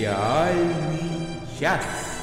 Сериальный час.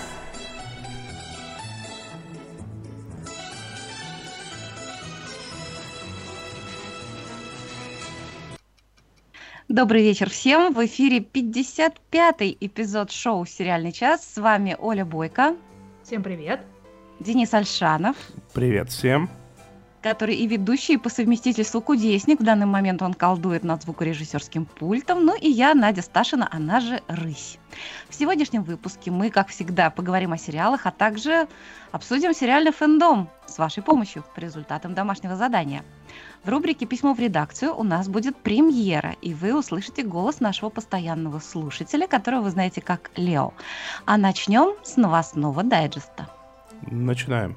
Добрый вечер всем. В эфире 55-й эпизод шоу «Сериальный час». С вами Оля Бойко. Всем привет. Денис Альшанов. Привет всем. Который и ведущий, и по совместительству кудесник. В данный момент он колдует над звукорежиссерским пультом. Ну и я, Надя Сташина, она же Рысь. В сегодняшнем выпуске мы, как всегда, поговорим о сериалах, а также обсудим сериальный фэндом с вашей помощью по результатам домашнего задания. В рубрике «Письмо в редакцию» у нас будет премьера, и вы услышите голос нашего постоянного слушателя, которого вы знаете как Лео. А начнем с новостного дайджеста. Начинаем.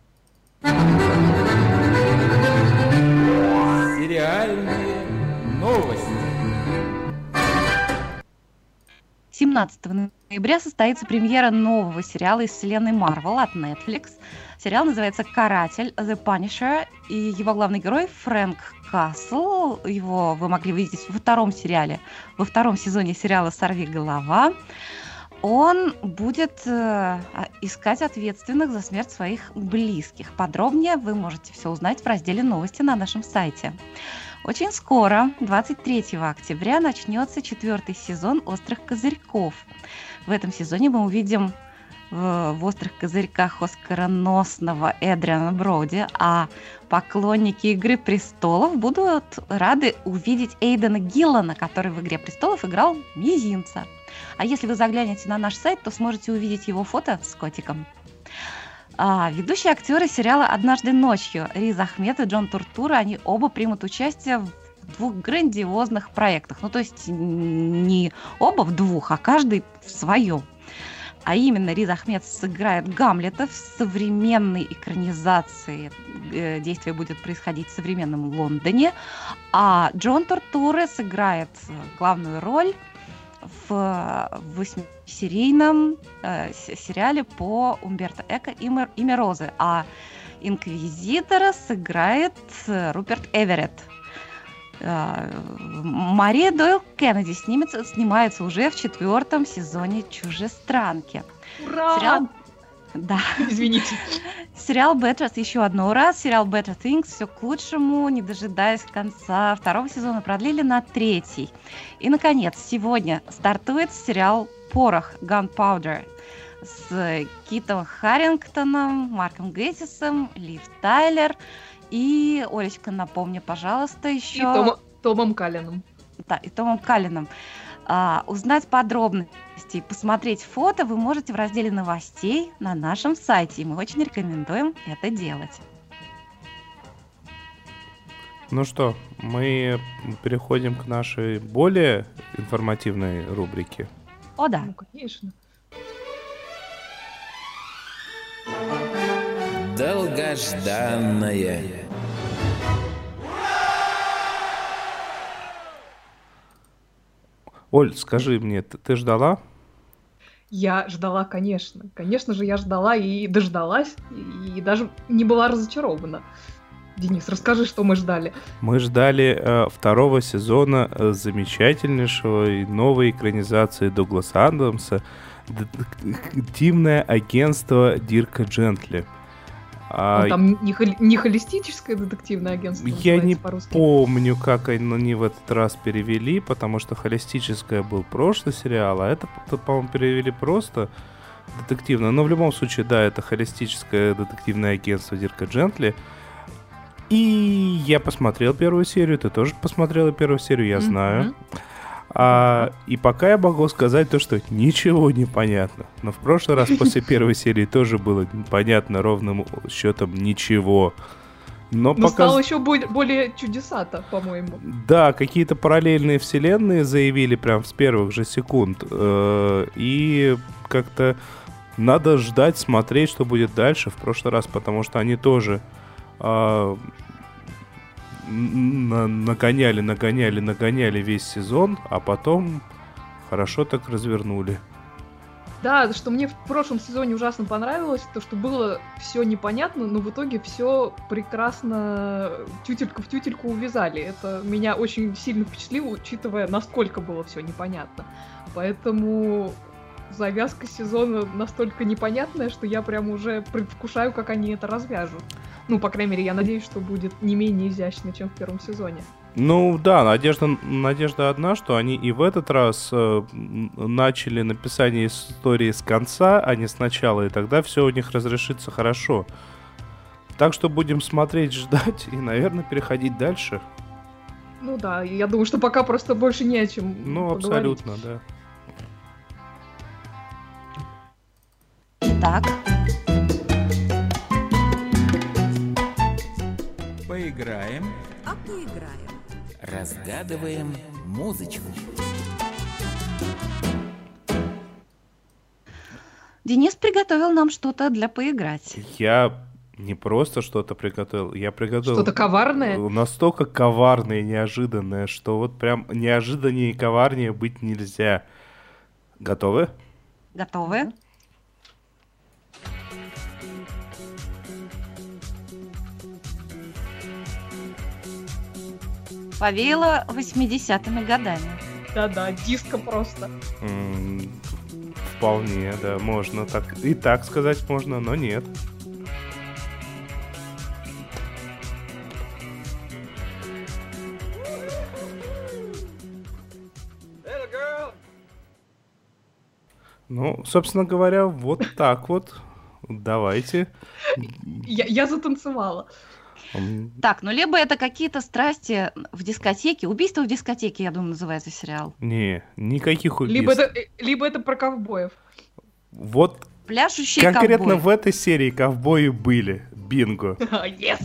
Сериальные новости. 17 ноября состоится премьера нового сериала из вселенной Marvel от Netflix. Сериал называется «Каратель. The Punisher», и его главный герой Фрэнк Касл. Его вы могли видеть во втором сезоне сериала «Сорви голова». Он будет искать ответственных за смерть своих близких. Подробнее вы можете все узнать в разделе «Новости» на нашем сайте. Очень скоро, 23 октября, начнется 4-й сезон «Острых козырьков». В этом сезоне мы увидим в «Острых козырьках» оскароносного Эдриана Броуди, а поклонники «Игры престолов» будут рады увидеть Эйдена Гиллана, который в «Игре престолов» играл мизинца. А если вы заглянете на наш сайт, то сможете увидеть его фото с котиком. Ведущие актеры сериала «Однажды ночью» Риз Ахмед и Джон Туртура, они оба примут участие в двух грандиозных проектах. Ну, то есть не оба в двух, а каждый в своем. А именно, Риз Ахмед сыграет Гамлета в современной экранизации. Действие будет происходить в современном Лондоне. А Джон Туртура сыграет главную роль в 8-серийном сериале по Умберто Эко «Имя Розы». А инквизитора сыграет Руперт Эверетт. Мария Дойл Кеннеди снимается уже в 4-м сезоне «Чужестранки». Ура! Да. Извините. Сериал Better, еще одно раз, сериал Better Things, все к лучшему, не дожидаясь конца 2-го сезона, продлили на 3-й. И, наконец, сегодня стартует сериал «Порох» Gunpowder с Китом Харрингтоном, Марком Геттисом, Лив Тайлер и, Олечка, напомни, пожалуйста, еще... И Томом Каллином. Да, и Томом Каллином. Узнать подробности и посмотреть фото вы можете в разделе новостей на нашем сайте, и мы очень рекомендуем это делать. Ну что, мы переходим к нашей более информативной рубрике. О, да. Ну, конечно. Долгожданное. Оль, скажи мне, ты ждала? Я ждала, конечно. Конечно же, я ждала и дождалась, и даже не была разочарована. Денис, расскажи, что мы ждали. Мы ждали 2-го сезона замечательнейшего и новой экранизации Дугласа Адамса «Детективное агентство Дирка Джентли». Там не холистическое детективное агентство. Я не по-русски. помню, как они в этот раз перевели, потому что холистическое был прошлый сериал, а это, по-моему, перевели просто детективное. Но в любом случае, да, это холистическое детективное агентство Дирка Джентли. И я посмотрел первую серию, ты тоже посмотрела первую серию, я знаю. И пока я могу сказать то, что ничего не понятно. Но в прошлый раз после первой серии тоже было понятно ровным счетом ничего. Но стало еще более чудесато, по-моему. Да, какие-то параллельные вселенные заявили прям с первых же секунд. И как-то надо ждать, смотреть, что будет дальше в прошлый раз, потому что они тоже... нагоняли весь сезон, а потом хорошо так развернули. Да, что мне в прошлом сезоне ужасно понравилось, то, что было все непонятно, но в итоге все прекрасно тютелька в тютельку увязали. Это меня очень сильно впечатлило, учитывая, насколько было все непонятно. Поэтому завязка сезона настолько непонятная, что я прям уже предвкушаю, как они это развяжут. Ну, по крайней мере, я надеюсь, что будет не менее изящно, чем в первом сезоне. Ну да, надежда одна, что они и в этот раз начали написание истории с конца, а не с начала, и тогда все у них разрешится хорошо. Так что будем смотреть, ждать и, наверное, переходить дальше. Ну да, я думаю, что пока просто больше не о чем поговорить. Абсолютно, да. Итак, Поиграем. А поиграем. Разгадываем музычку. Денис приготовил нам что-то для поиграть. Я не просто что-то приготовил, я приготовил... Что-то коварное? Настолько коварное и неожиданное, что вот прям неожиданнее и коварнее быть нельзя. Готовы? Готовы? Повеяло 80-ми годами. Да-да, диско просто. Вполне, да, можно так. И так сказать можно, но нет. Ну, собственно говоря, вот так вот. Давайте. Я затанцевала. Так, ну либо это какие-то страсти в дискотеке. Убийство в дискотеке, я думаю, называется сериал. Не, никаких убийств. Либо это про ковбоев. Вот Пляшущие конкретно ковбои. в этой серии ковбои были. Бинго. Yes!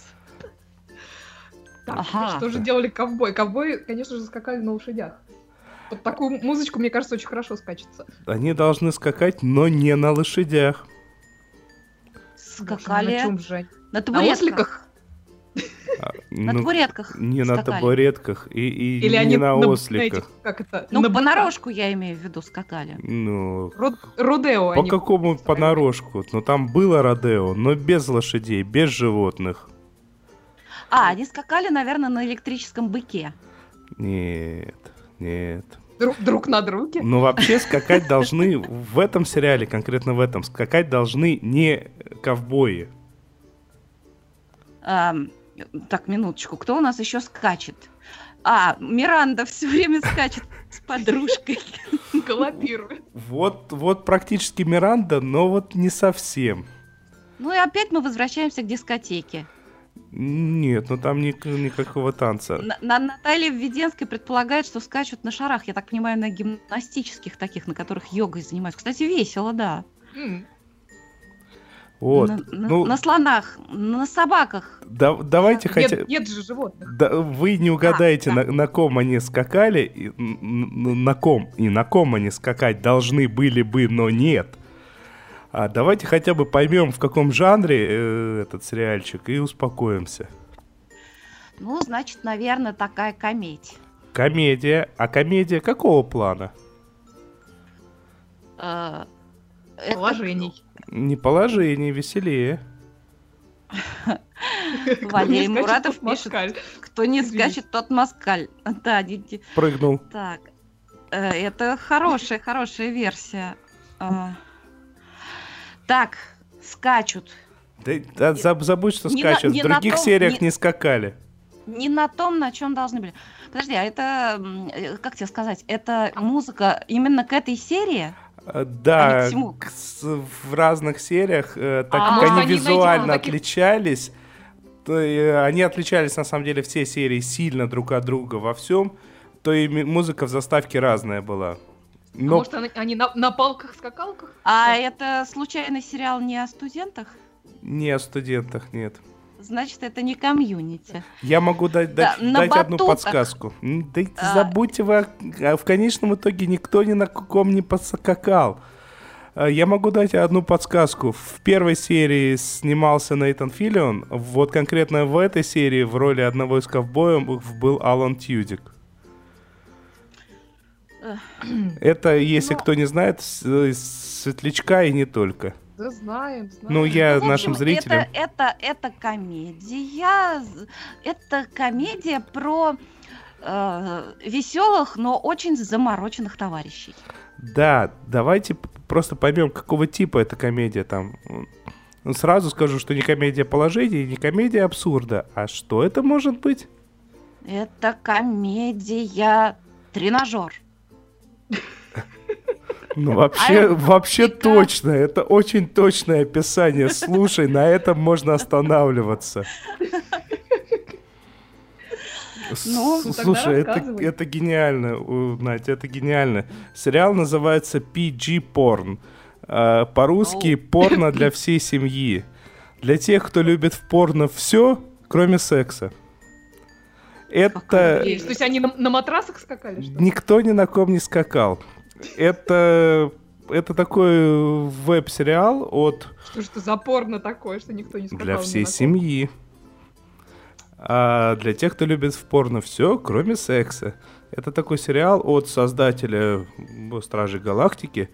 Так, Ага. что же делали ковбои? Ковбои, конечно же, скакали на лошадях. Вот такую музычку, мне кажется, очень хорошо скачется. Они должны скакать, но не на лошадях. Скакали На чем же? на На табуретках. осликах? На Ну, табуретках не на скакали. табуретках и Или не они на на осликах. этих, как это? Ну, на быках? понарошку, я имею в виду, скакали. Ну, Родео по они какому устраивали. понарошку? Ну, там было родео, но без лошадей, без животных. А, они скакали, наверное, на электрическом быке. Нет, нет. Друг на друге? Ну, вообще скакать должны в этом сериале, конкретно в этом, скакать должны не ковбои. Так, минуточку, кто у нас еще скачет? А, Миранда все время скачет с подружкой. Галопирует. Вот практически Миранда, но вот не совсем. Ну и опять мы возвращаемся к дискотеке. Нет, ну там никакого танца. Наталья Введенская предполагает, что скачут на шарах, я так понимаю, на гимнастических таких, на которых йогой занимаются. Кстати, весело, да. Вот. На слонах, на собаках. Давайте хотя... Нет же животных. Да, вы не угадаете, да. на ком они скакали, на ком они скакать должны были бы, но нет. А давайте хотя бы поймем, в каком жанре этот сериальчик, и успокоимся. Ну, значит, наверное, такая комедия. Комедия. А комедия какого плана? Положений. Не положение, веселее. Валерий Кто не скачет, Муратов тот москаль. пишет, кто не скачет, тот москаль. Да, Прыгнул. так. Это хорошая версия. Так, скачут. Да забудь, что Не скачут. на- не В других на том- сериях не- не скакали. Не на том, на чем должны были. Подожди, а это, как тебе сказать, это музыка именно к этой серии? Да, Они к всему. в разных сериях, так А, как может, они они визуально найдём таких- отличались, то они отличались на самом деле все серии сильно друг от друга во всем, то и музыка в заставке разная была. Но Может, они на палках-скакалках? А это случайно сериал не о студентах? не о студентах, нет. Значит, это не комьюнити. Я могу дать на одну батутах. подсказку. Да забудьте вы, в конечном итоге никто ни на ком не подскакал. Я могу дать одну подсказку. В первой серии снимался Нейтан Филлион. Вот конкретно в этой серии в роли одного из ковбоев был Алан Тьюдик. Это, если кто не знает, Светлячка и не только. Да знаем. Ну, я В общем, нашим зрителям... Это комедия. Это комедия про веселых, но очень замороченных товарищей. Да, давайте просто поймем, какого типа эта комедия там. Сразу скажу, что не комедия положения и не комедия абсурда. А что это может быть? Это комедия «Тренажер». Ну, вообще точно. Это очень точное описание. Слушай, на этом можно останавливаться. Слушай, это гениально, Надя, это гениально. Сериал называется PG Porn. По-русски порно для всей семьи. Для тех, кто любит в порно все, кроме секса. Это... То есть они на матрасах скакали, что ли? Никто ни на ком не скакал. Это такой веб-сериал от... Что ж это за порно такое, что никто не скакал? Для всей семьи. А для тех, кто любит в порно все, кроме секса. Это такой сериал от создателя «Стражей Галактики».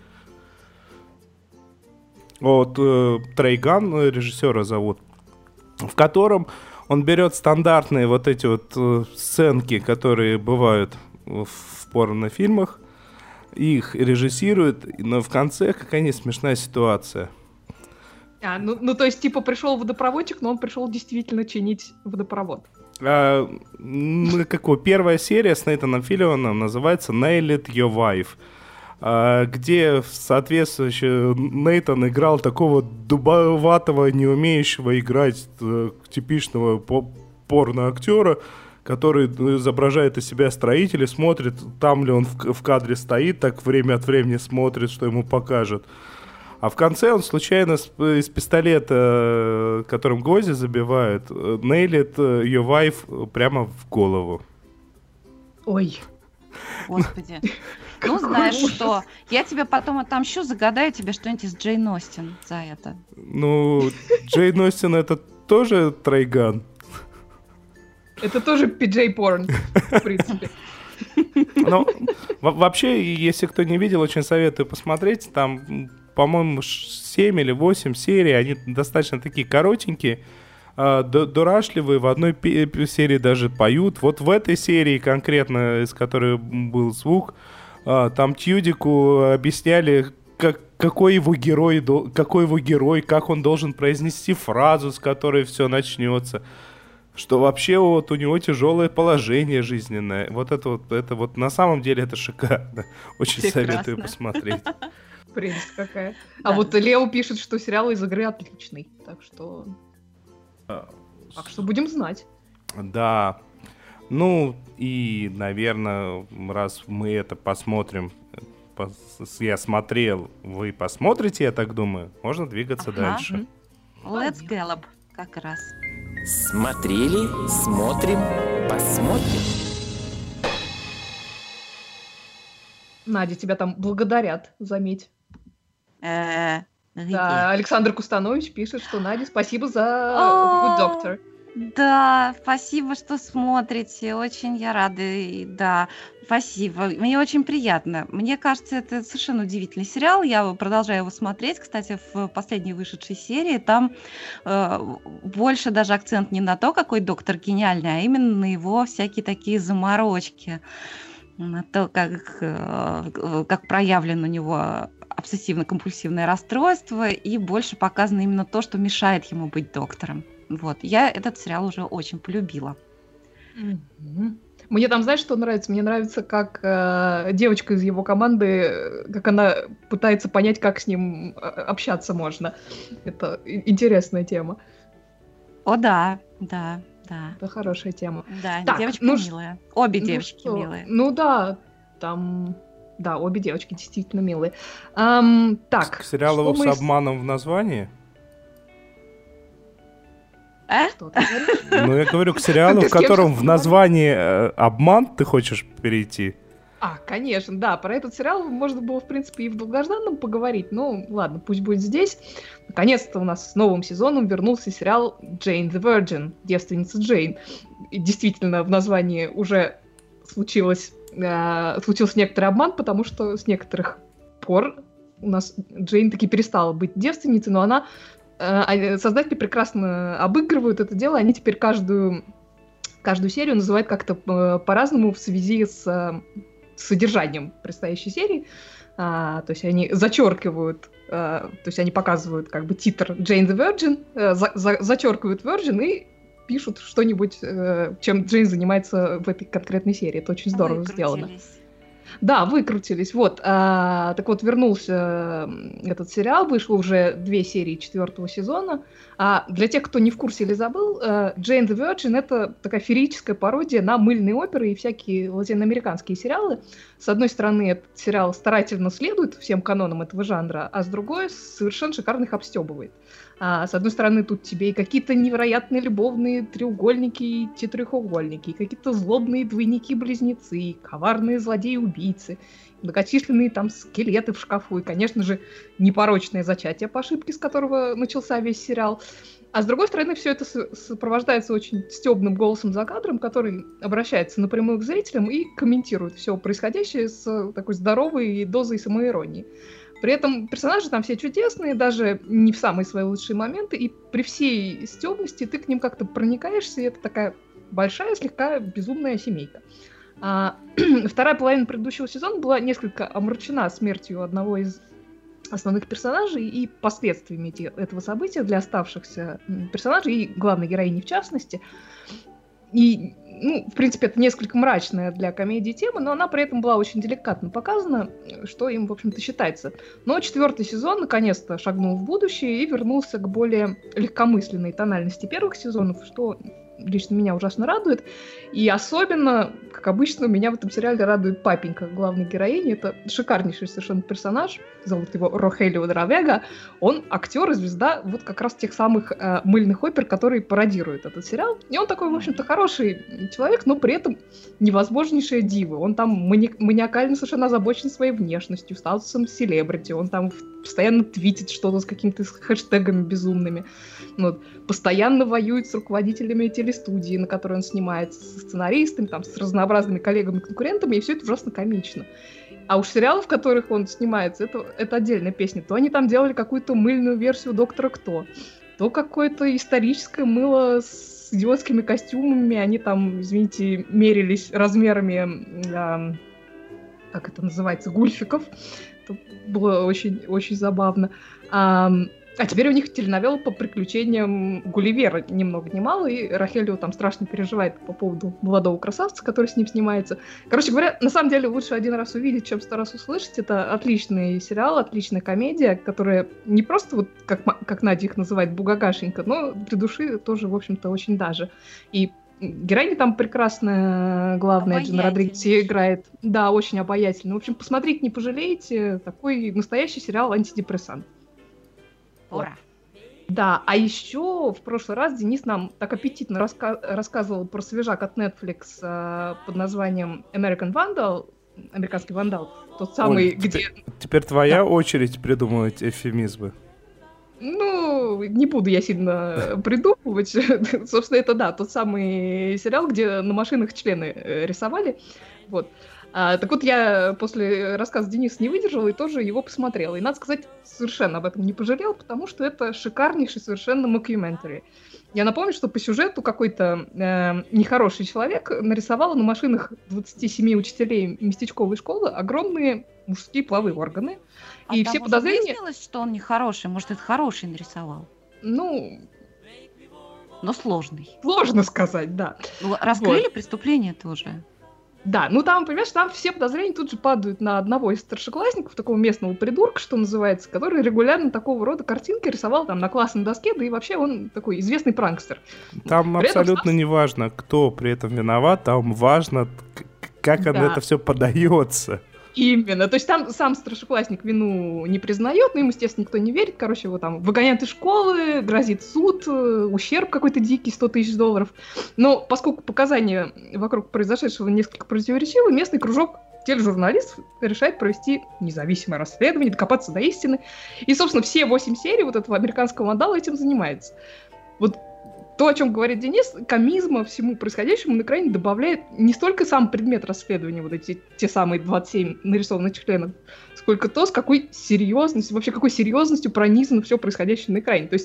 От Трейган, режиссера зовут, в котором он берет стандартные вот эти вот сценки, которые бывают в порнофильмах, их режиссирует, но в конце какая-нибудь смешная ситуация. Ну то есть типа пришел водопроводчик, но он пришел действительно чинить водопровод. Первая серия с Нейтаном Филлионом называется «Nail It Your Wife», где соответствующе Нейтан играл такого дубоватого, не умеющего играть типичного порно-актера, который изображает из себя строителя, смотрит, там ли он в кадре стоит, так время от времени смотрит, что ему покажут. А в конце он случайно из пистолета, которым гвозди забивают, нейлит ее wife прямо в голову. Ой. Господи. Ну, знаешь что, я тебе потом отомщу, загадаю тебе что-нибудь из Джейн Остин за это. Ну, Джейн Остин это тоже Трейган. Это тоже PJ-порн, в принципе. Ну, вообще, если кто не видел, очень советую посмотреть. Там, по-моему, 7 или 8 серий, они достаточно такие коротенькие, дурашливые, в одной серии даже поют. Вот в этой серии конкретно, из которой был звук, там Тьюдику объясняли, какой его герой, как он должен произнести фразу, с которой все начнется. Что вообще вот у него тяжелое положение жизненное. Вот это вот на самом деле это шикарно. Очень советую посмотреть. Прелесть какая. А вот Лео пишет, что сериал из игры отличный. Так что будем знать. Да. Ну, и, наверное, раз мы это посмотрим, я смотрел, вы посмотрите, я так думаю, можно двигаться дальше. Let's Gallop, как раз. Смотрели, смотрим, посмотрим. Надя, тебя там благодарят, заметь. Да, Александр Кустанович пишет, что Надя, спасибо за Good Doctor. Да, спасибо, что смотрите. Очень я рада. Да, спасибо. Мне очень приятно. Мне кажется, это совершенно удивительный сериал. Я продолжаю его смотреть. Кстати, в последней вышедшей серии там больше даже акцент не на то, какой доктор гениальный, а именно на его всякие такие заморочки. На то, как проявлено у него обсессивно-компульсивное расстройство, и больше показано именно то, что мешает ему быть доктором. Вот, я этот сериал уже очень полюбила. Мне там, знаешь, что нравится? Мне нравится, как девочка из его команды, как она пытается понять, как с ним общаться можно. Это интересная тема. О, да. Это хорошая тема. Да, так, девочка милая. Обе девочки милые. Ну да, там... Да, обе девочки действительно милые. Так, к сериалу с обманом в названии? Что ты говоришь? Ну, я говорю, к сериалу, в котором в названии обман ты хочешь перейти. Конечно, да. Про этот сериал можно было, в принципе, и в долгожданном поговорить. Ну, ладно, пусть будет здесь. Наконец-то у нас с новым сезоном вернулся сериал «Джейн the Virgin», девственница Джейн. И действительно, в названии уже случился некоторый обман, потому что с некоторых пор у нас Джейн таки перестала быть девственницей, но она... Создатели прекрасно обыгрывают это дело, они теперь каждую серию называют как-то по-разному в связи с содержанием предстоящей серии. То есть они зачеркивают, то есть они показывают как бы титр Jane the Virgin, зачеркивают Virgin и пишут что-нибудь, чем Джейн занимается в этой конкретной серии. Это очень здорово сделано. Да, выкрутились. Вот. Так вот, вернулся этот сериал, вышло уже 2 серии 4-го сезона. Для тех, кто не в курсе или забыл, Jane the Virgin — это такая феерическая пародия на мыльные оперы и всякие латиноамериканские сериалы. С одной стороны, этот сериал старательно следует всем канонам этого жанра, а с другой совершенно шикарно их обстебывает. С одной стороны, тут тебе и какие-то невероятные любовные треугольники и четырехугольники, и какие-то злобные двойники-близнецы, и коварные злодеи-убийцы, многочисленные там скелеты в шкафу, и, конечно же, непорочное зачатие по ошибке, с которого начался весь сериал. А с другой стороны, все это сопровождается очень стёбным голосом за кадром, который обращается напрямую к зрителям и комментирует все происходящее с такой здоровой дозой самоиронии. При этом персонажи там все чудесные, даже не в самые свои лучшие моменты, и при всей стёбности ты к ним как-то проникаешься, и это такая большая, слегка безумная семейка. Вторая половина предыдущего сезона была несколько омрачена смертью одного из основных персонажей и последствиями этого события для оставшихся персонажей и главной героини в частности. И, в принципе, это несколько мрачная для комедии тема, но она при этом была очень деликатно показана, что им, в общем-то, считается. Но 4-й сезон наконец-то шагнул в будущее и вернулся к более легкомысленной тональности первых сезонов, что лично меня ужасно радует. И особенно, как обычно, меня в этом сериале радует папенька главной героини. Это шикарнейший совершенно персонаж. Зовут его Рохелио де ла Вега. Он актер и звезда вот как раз тех самых мыльных опер, которые пародируют этот сериал. И он такой, в общем-то, хороший человек, но при этом невозможнейшая дива. Он там маниакально совершенно озабочен своей внешностью, статусом селебрити. Он там постоянно твитит что-то с какими-то хэштегами безумными. Вот. Постоянно воюет с руководителями телестудии, на которой он снимается, со сценаристами, там, с разнообразными коллегами-конкурентами, и все это ужасно комично. А уж сериалы, в которых он снимается, это отдельная песня. То они там делали какую-то мыльную версию «Доктора Кто», то какое-то историческое мыло с идиотскими костюмами, они там, извините, мерились размерами, как это называется, гульфиков. Это было очень, очень забавно. А теперь у них теленовелла по приключениям Гулливера ни много ни мало, и Рохелио там страшно переживает по поводу молодого красавца, который с ним снимается. Короче говоря, на самом деле лучше один раз увидеть, чем 100 раз услышать. Это отличный сериал, отличная комедия, которая не просто, вот как Надя их называет, бугагашенька, но для души тоже, в общем-то, очень даже. И героиня там прекрасная, главная, Джина Родригес играет. Да, очень обаятельно. В общем, посмотрите, не пожалеете. Такой настоящий сериал антидепрессант. Ура! Да, а еще в прошлый раз Денис нам так аппетитно рассказывал про свежак от Netflix под названием American Vandal, американский вандал, тот самый, Оль, где... Теперь твоя очередь придумывать эвфемизмы. Ну, не буду я сильно придумывать. Собственно, это да, тот самый сериал, где на машинах члены рисовали. Вот. Так вот, я после рассказа Дениса не выдержала и тоже его посмотрела. И, надо сказать, совершенно об этом не пожалел, потому что это шикарнейший совершенно мокюментари. Я напомню, что по сюжету какой-то нехороший человек нарисовал на машинах 27 учителей местечковой школы огромные мужские половые органы. А и там все уже подозрения... выяснилось, что он нехороший. Может, это хороший нарисовал? Ну... Но сложный. Сложно сказать, да. Ну, раскрыли Вот. преступление тоже. Да, ну там, понимаешь, там все подозрения тут же падают на одного из старшеклассников, такого местного придурка, что называется, который регулярно такого рода картинки рисовал там на классной доске, да и вообще он такой известный пранкстер. Там При этом абсолютно не важно, кто при этом виноват, там важно, как Да. это все подается. Именно, то есть там сам старшеклассник вину не признает, но ему, естественно, никто не верит, короче, его там выгоняют из школы, грозит суд, ущерб какой-то дикий, $100 000. Но поскольку показания вокруг произошедшего несколько противоречивы, местный кружок тележурналистов решает провести независимое расследование, докопаться до истины. И, собственно, все 8 серий вот этого американского вандала этим занимается. Вот то, о чем говорит Денис, комизма всему происходящему на экране добавляет не столько сам предмет расследования, вот эти те самые 27 нарисованных членов, сколько то, с какой серьезностью, вообще какой серьезностью пронизано все происходящее на экране. То есть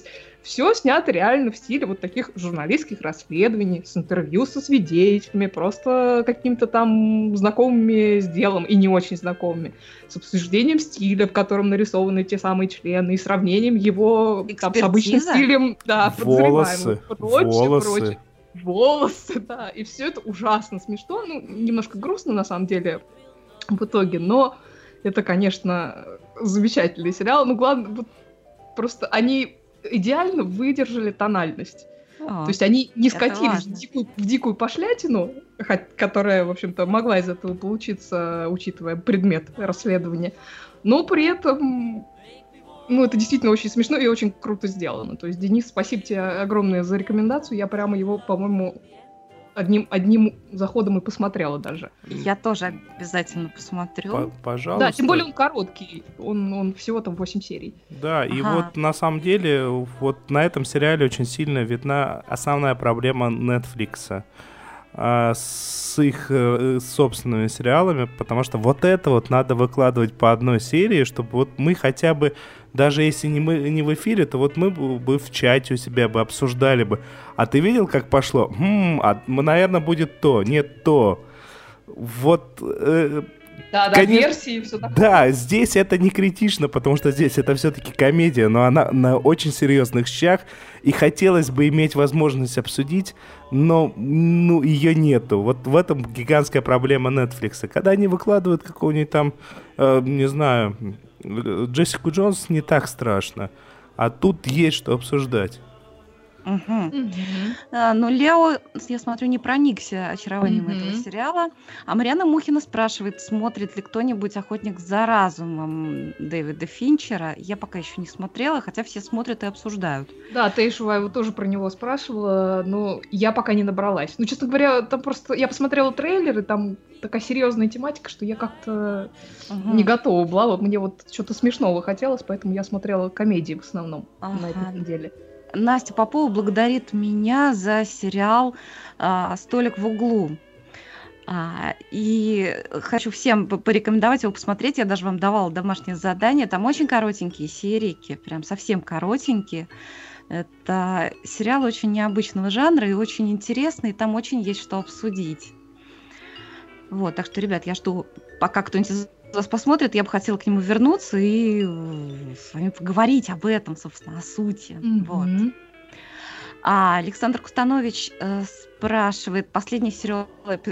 все снято реально в стиле вот таких журналистских расследований, с интервью со свидетелями, просто какими-то там знакомыми с делом и не очень знакомыми, с обсуждением стиля, в котором нарисованы те самые члены, и сравнением его там, с обычным стилем, да, подозреваемого. Прочее. Волосы, да, и все это ужасно смешно, ну, немножко грустно на самом деле в итоге, но это, конечно, замечательный сериал, ну, главное, вот просто они идеально выдержали тональность. То есть они не скатились в дикую пошлятину, которая, в общем-то, могла из этого получиться, учитывая предмет расследования, но при этом, ну, это действительно очень смешно и очень круто сделано. То есть, Денис, спасибо тебе огромное за рекомендацию. Я прямо его, по-моему, одним заходом и посмотрела даже. Я тоже обязательно посмотрю. Пожалуйста. Да, тем более он короткий. Он всего там 8 серий. Да, и вот на самом деле вот на этом сериале очень сильно видна основная проблема Netflix с их собственными сериалами, потому что вот это вот надо выкладывать по одной серии, чтобы вот мы хотя бы, даже если не в эфире, то вот мы бы в чате у себя бы обсуждали бы. А ты видел, как пошло? Наверное, будет то, нет то. Вот... Да, версии и все такое. Да, здесь это не критично, потому что здесь это все-таки комедия, но она на очень серьезных щах, и хотелось бы иметь возможность обсудить, но ее нету. Вот в этом гигантская проблема Netflix. Когда они выкладывают какого-нибудь там, не знаю, Джессику Джонс, не так страшно, а тут есть что обсуждать. Но Лео, я смотрю, не проникся очарованием этого сериала. А Марьяна Мухина спрашивает, смотрит ли кто-нибудь «Охотник за разумом» Дэвида Финчера. Я пока еще не смотрела, хотя все смотрят и обсуждают. Да, Тейшева тоже про него спрашивала, но я пока не набралась. Ну, честно говоря, там просто... Я посмотрела трейлер, и там такая серьезная тематика, что я как-то не готова была. Вот мне вот что-то смешного хотелось, поэтому я смотрела комедии в основном на этой неделе. Настя Попова благодарит меня за сериал «Столик в углу». И хочу всем порекомендовать его посмотреть. Я даже вам давала домашнее задание. Там очень коротенькие серийки, прям совсем коротенькие. Это сериал очень необычного жанра и очень интересный. И там очень есть что обсудить. Вот, так что, ребят, я жду, пока кто-нибудь из вас посмотрит, я бы хотела к нему вернуться и с вами поговорить об этом, собственно, о сути. Вот. А Александр Кустанович спрашивает, последний сезон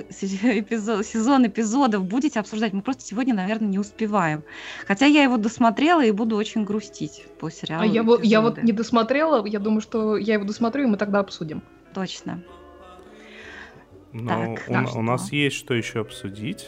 эпизодов будете обсуждать? Мы просто сегодня, наверное, не успеваем. Хотя я его досмотрела и буду очень грустить по сериалу. А я вот не досмотрела, я думаю, что я его досмотрю, и мы тогда обсудим. Точно. Но у нас есть что еще обсудить.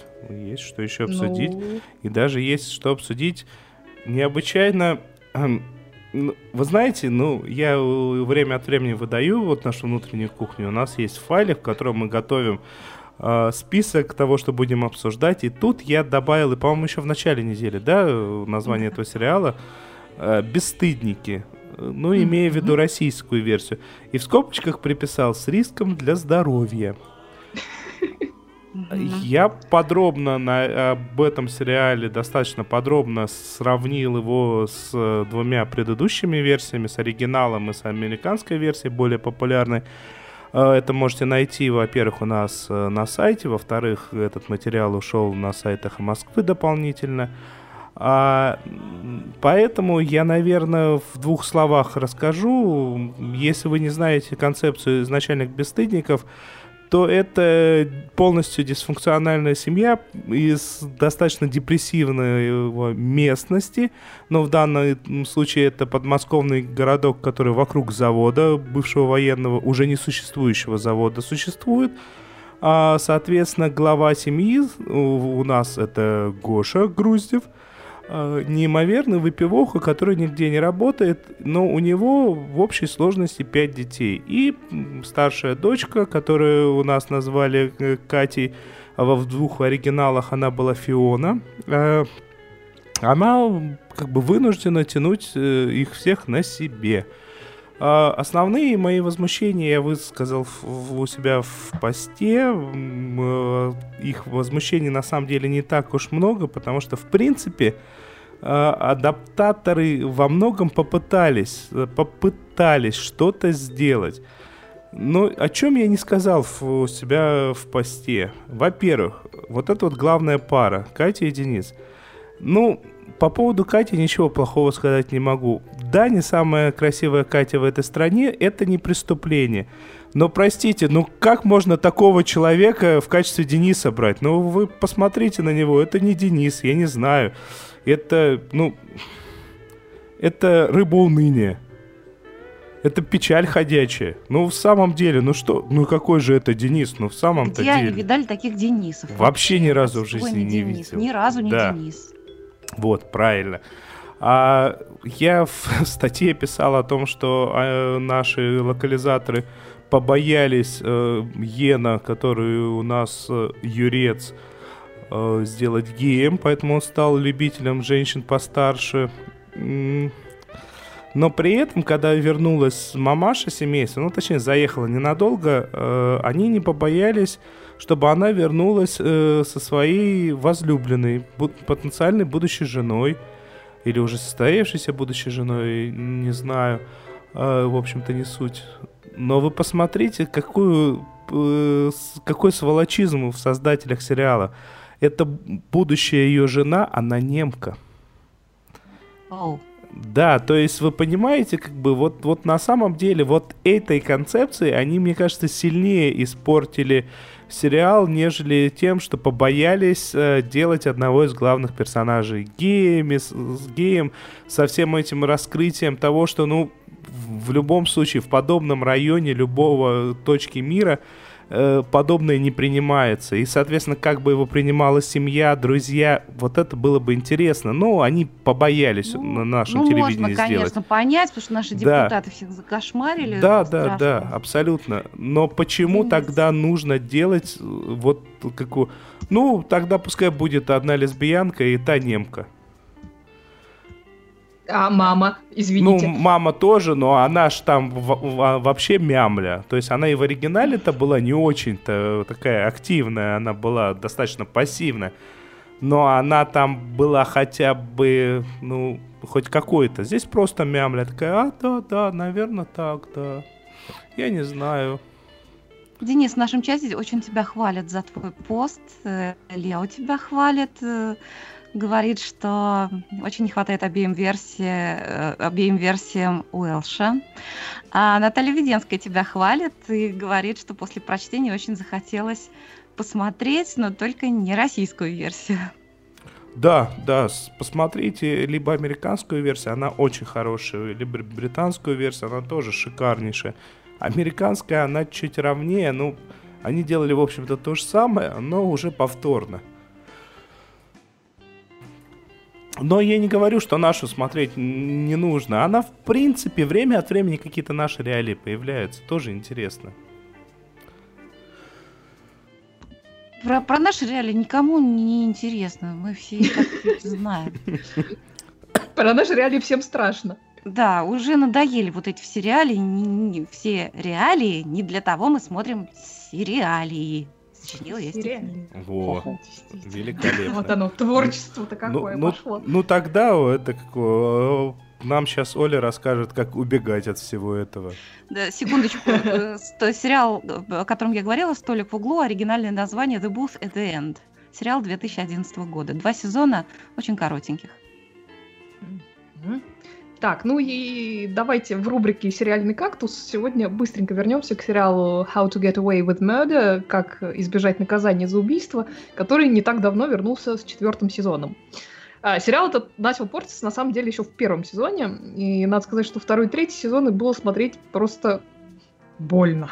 И даже есть что обсудить необычайно... Вы знаете, я время от времени выдаю вот нашу внутреннюю кухню. У нас есть файлик, в котором мы готовим список того, что будем обсуждать. И тут я добавил, и, по-моему, еще в начале недели, да, название этого сериала «Бесстыдники». Имея в виду российскую версию. И в скобочках приписал «с риском для здоровья». Я подробно об этом сериале, достаточно подробно сравнил его с двумя предыдущими версиями, с оригиналом и с американской версией, более популярной. Это можете найти, во-первых, у нас на сайте, во-вторых, этот материал ушел на сайтах Москвы дополнительно. Поэтому я, наверное, в двух словах расскажу. Если вы не знаете концепцию изначальных бесстыдников, то это полностью дисфункциональная семья из достаточно депрессивной местности, но в данном случае это подмосковный городок, который вокруг завода, бывшего военного, уже не существующего завода, существует. Соответственно, глава семьи у нас это Гоша Груздев, неимоверный выпивоха, который нигде не работает, но у него в общей сложности 5 детей. И старшая дочка, которую у нас назвали Катей, а в двух оригиналах она была Фиона, она как бы вынуждена тянуть их всех на себе. Основные мои возмущения я высказал у себя в посте. Их возмущений на самом деле не так уж много, потому что, в принципе, адаптаторы во многом попытались что-то сделать. Но о чем я не сказал у себя в посте. Во-первых, вот это вот главная пара, Катя и Денис. Ну, по поводу Кати ничего плохого сказать не могу. Да, не самая красивая Катя в этой стране, это не преступление. Но, простите, ну как можно такого человека в качестве Дениса брать? Ну, вы посмотрите на него, это не Денис, я не знаю. Это, это рыба уныния. Это печаль ходячая. Ну, в самом деле, ну что, ну какой же это Денис? Ну, в самом-то Где деле. они видали таких Денисов? Вообще ни разу в жизни Ой, не Денис, видел. Ни разу не Да. Денис. Вот, правильно. А я в статье писал о том, что наши локализаторы побоялись Йена, который у нас юрец, сделать геем, поэтому он стал любителем женщин постарше. Но при этом, когда вернулась мамаша семейства, ну, точнее, заехала ненадолго, они не побоялись, чтобы она вернулась со своей возлюбленной, потенциальной будущей женой, или уже состоявшейся будущей женой, не знаю, в общем-то, не суть. Но вы посмотрите, какой сволочизм в создателях сериала. Это будущая ее жена, она немка. Оу. Да, то есть вы понимаете, как бы вот на самом деле вот этой концепцией они, мне кажется, сильнее испортили сериал, нежели тем, что побоялись делать одного из главных персонажей геями, с геем, со всем этим раскрытием того, что, ну, в любом случае, в подобном районе любого точки мира подобное не принимается. И, соответственно, как бы его принимала семья, друзья, вот это было бы интересно. Но они побоялись на нашем телевидении можно, сделать. конечно, понять, потому что наши депутаты всех закошмарили. Да, страшно. да, абсолютно. Но почему тогда нужно делать вот какую... Ну, тогда пускай будет одна лесбиянка и та немка. А мама, извините. Ну, мама тоже, но она ж там вообще мямля. То есть она и в оригинале-то была не очень-то такая активная, она была достаточно пассивная. Но она там была хотя бы, ну, хоть какой-то. Здесь просто мямля такая, да, наверное, так, да. Я не знаю. Денис, в нашем чате очень тебя хвалят за твой пост. Лео тебя хвалит. Говорит, что очень не хватает обеим версиям Уэлша. А Наталья Веденская тебя хвалит и говорит, что после прочтения очень захотелось посмотреть, но только не российскую версию. Да, посмотрите либо американскую версию, она очень хорошая, либо британскую версию, она тоже шикарнейшая. Американская, она чуть ровнее, ну, они делали, в общем-то, то же самое, но уже повторно. Но я не говорю, что нашу смотреть не нужно. Она, в принципе, время от времени какие-то наши реалии появляются. Тоже интересно. Про наши реалии никому не интересно. Мы все и так знаем. Про наши реалии всем страшно. Да, уже надоели вот эти все реалии. Все реалии. Не для того мы смотрим сериалии. Сочинила я стихи. Вот, великолепно. Вот оно, творчество-то какое пошло. Ну тогда это какое... Нам сейчас Оля расскажет, как убегать от всего этого. Да, секундочку. Сериал, о котором я говорила, «Столик в углу», оригинальное название «The Booth at the End». Сериал 2011 года. 2 сезона, очень коротеньких. Так, ну и давайте в рубрике «Сериальный кактус» сегодня быстренько вернемся к сериалу «How to Get Away with Murder», «Как избежать наказания за убийство», который не так давно вернулся с 4-м сезоном. Сериал этот начал портиться, на самом деле, еще в 1-м сезоне, и надо сказать, что 2-й и 3-й сезоны было смотреть просто больно.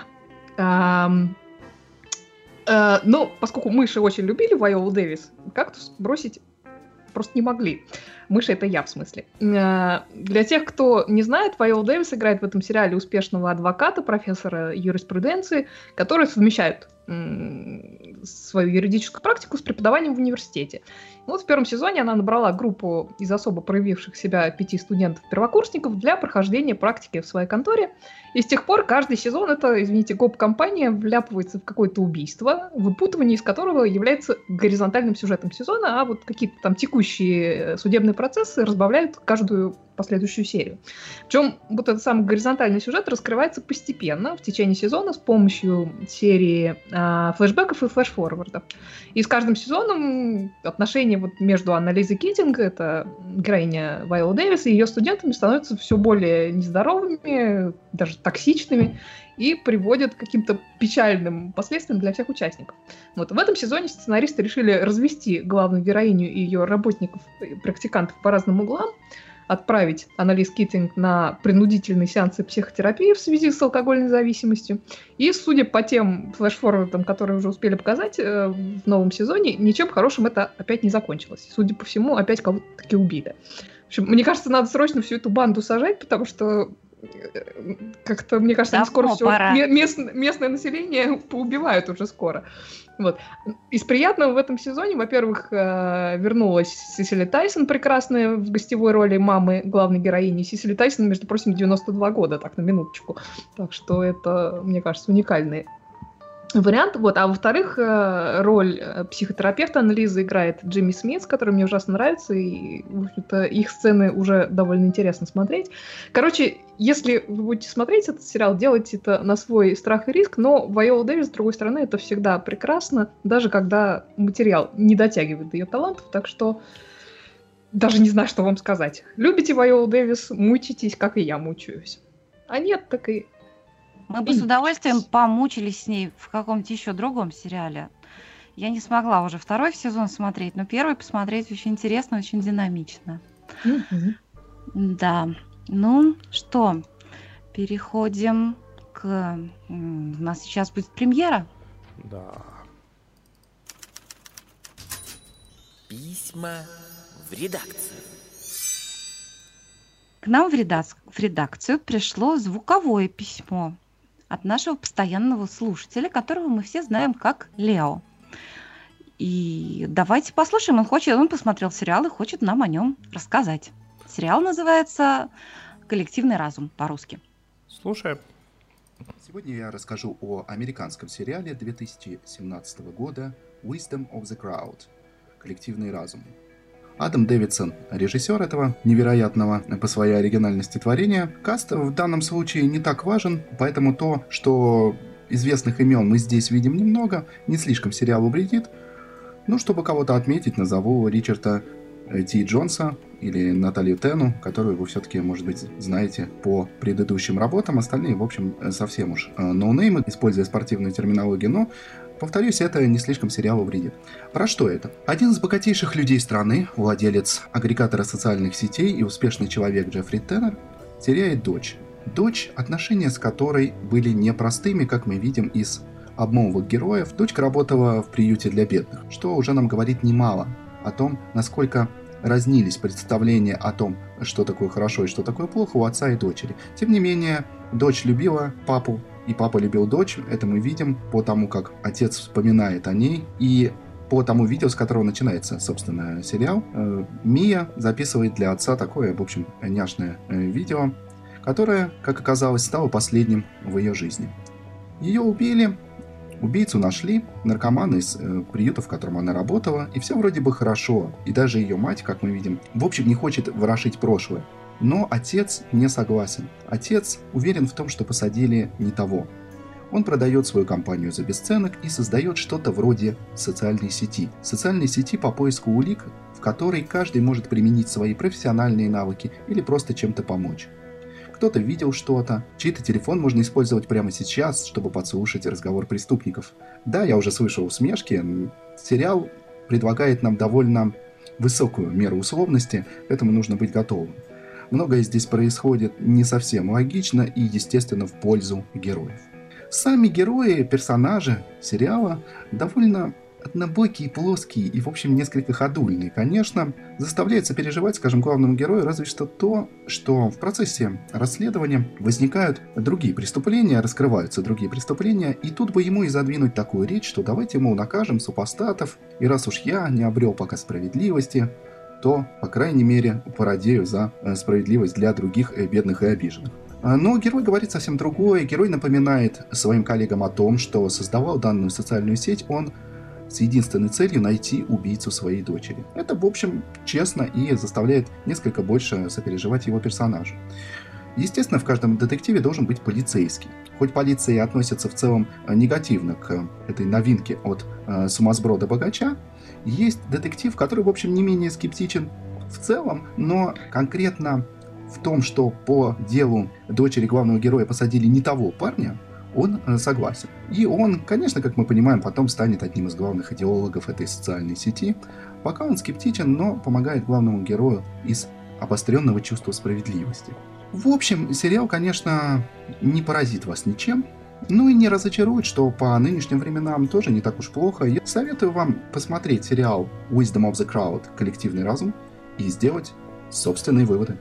Но поскольку мыши очень любили Вайолу Дэвис, кактус бросить просто не могли. Мыши — это я, в смысле. Для тех, кто не знает, Вайола Дэвис играет в этом сериале успешного адвоката, профессора юриспруденции, который совмещает свою юридическую практику с преподаванием в университете. Вот в первом сезоне она набрала группу из особо проявивших себя 5 студентов-первокурсников для прохождения практики в своей конторе. И с тех пор каждый сезон эта, гоп-компания вляпывается в какое-то убийство, выпутывание из которого является горизонтальным сюжетом сезона, а вот какие-то там текущие судебные процессы разбавляют каждую последующую серию. Причем вот этот самый горизонтальный сюжет раскрывается постепенно в течение сезона с помощью серии флешбеков и флешфорвардов. И с каждым сезоном отношения вот между Аннализой Китинг, это героиня Вайола Дэвис, и ее студентами становятся все более нездоровыми, даже токсичными, и приводят к каким-то печальным последствиям для всех участников. Вот в этом сезоне сценаристы решили развести главную героиню и ее работников, практикантов по разным углам, отправить Аннализ Китинг на принудительные сеансы психотерапии в связи с алкогольной зависимостью. И, судя по тем флешфорвардам, которые уже успели показать в новом сезоне, ничем хорошим это опять не закончилось. Судя по всему, опять кого-то таки убили. В общем, мне кажется, надо срочно всю эту банду сажать, потому что как-то, мне кажется, они скоро все местное население поубивают уже скоро. Вот. Из приятного в этом сезоне, во-первых, вернулась Сесили Тайсон, прекрасная в гостевой роли мамы главной героини. Сесили Тайсон, между прочим, 92 года, так, на минуточку. Так что это, мне кажется, уникальный вариант. Вот. А во-вторых, роль психотерапевта Аннализы играет Джимми Смит, который мне ужасно нравится, и, в общем-то, их сцены уже довольно интересно смотреть. Короче, если вы будете смотреть этот сериал, делайте это на свой страх и риск, но Вайола Дэвис, с другой стороны, это всегда прекрасно, даже когда материал не дотягивает до ее талантов, так что даже не знаю, что вам сказать. Любите Вайолу Дэвис, мучитесь, как и я мучаюсь. А нет, так и... Мы бы с удовольствием помучились с ней в каком-то еще другом сериале. Я не смогла уже второй сезон смотреть, но первый посмотреть очень интересно, очень динамично. Да. Ну что, переходим к... У нас сейчас будет премьера. Да. Письма в редакцию. К нам в редакцию пришло звуковое письмо от нашего постоянного слушателя, которого мы все знаем как Лео. И давайте послушаем. Он посмотрел сериал и хочет нам о нем рассказать. Сериал называется «Коллективный разум» по-русски. Слушаем. Сегодня я расскажу о американском сериале 2017 года «Wisdom of the Crowd» – «Коллективный разум». Адам Дэвидсон – режиссер этого невероятного по своей оригинальности творения. Каст в данном случае не так важен, поэтому то, что известных имен мы здесь видим немного, не слишком сериалу вредит. Ну, чтобы кого-то отметить, назову Ричарда Ти Джонса или Наталью Тену, которую вы все-таки, может быть, знаете по предыдущим работам. Остальные, в общем, совсем уж ноунеймы, используя спортивную терминологию, но, повторюсь, это не слишком сериалу вредит. Про что это? Один из богатейших людей страны, владелец агрегатора социальных сетей и успешный человек Джеффри Теннер, теряет дочь. Дочь, отношения с которой были непростыми, как мы видим из обмолвок героев. Дочка работала в приюте для бедных, что уже нам говорит немало о том, насколько разнились представления о том, что такое хорошо и что такое плохо у отца и дочери. Тем не менее, дочь любила папу, и папа любил дочь. Это мы видим по тому, как отец вспоминает о ней, и по тому видео, с которого начинается, собственно, сериал. Мия записывает для отца такое, в общем, няшное видео, которое, как оказалось, стало последним в ее жизни. Ее убили. Убийцу нашли, наркоманы из приюта, в котором она работала, и все вроде бы хорошо. И даже ее мать, как мы видим, в общем, не хочет ворошить прошлое. Но отец не согласен. Отец уверен в том, что посадили не того. Он продает свою компанию за бесценок и создает что-то вроде социальной сети. Социальной сети по поиску улик, в которой каждый может применить свои профессиональные навыки или просто чем-то помочь. Кто-то видел что-то, чей-то телефон можно использовать прямо сейчас, чтобы подслушать разговор преступников. Да, я уже слышал усмешки. Сериал предлагает нам довольно высокую меру условности, к этому нужно быть готовым. Многое здесь происходит не совсем логично и, естественно, в пользу героев. Сами герои, персонажи сериала довольно однобокий, плоский и, в общем, несколько ходульный. Конечно, заставляет сопереживать, скажем, главному герою разве что то, что в процессе расследования возникают другие преступления, раскрываются другие преступления, и тут бы ему и задвинуть такую речь, что давайте, мол, накажем супостатов, и раз уж я не обрел пока справедливости, то, по крайней мере, пародею за справедливость для других бедных и обиженных. Но герой говорит совсем другое. Герой напоминает своим коллегам о том, что создавал данную социальную сеть он с единственной целью найти убийцу своей дочери. Это, в общем, честно и заставляет несколько больше сопереживать его персонажу. Естественно, в каждом детективе должен быть полицейский. Хоть полиция и относится в целом негативно к этой новинке от сумасброда-богача, есть детектив, который, в общем, не менее скептичен в целом, но конкретно в том, что по делу дочери главного героя посадили не того парня, он согласен. И он, конечно, как мы понимаем, потом станет одним из главных идеологов этой социальной сети. Пока он скептичен, но помогает главному герою из обостренного чувства справедливости. В общем, сериал, конечно, не поразит вас ничем, ну и не разочарует, что по нынешним временам тоже не так уж плохо. Я советую вам посмотреть сериал Wisdom of the Crowd «Коллективный разум» и сделать собственные выводы.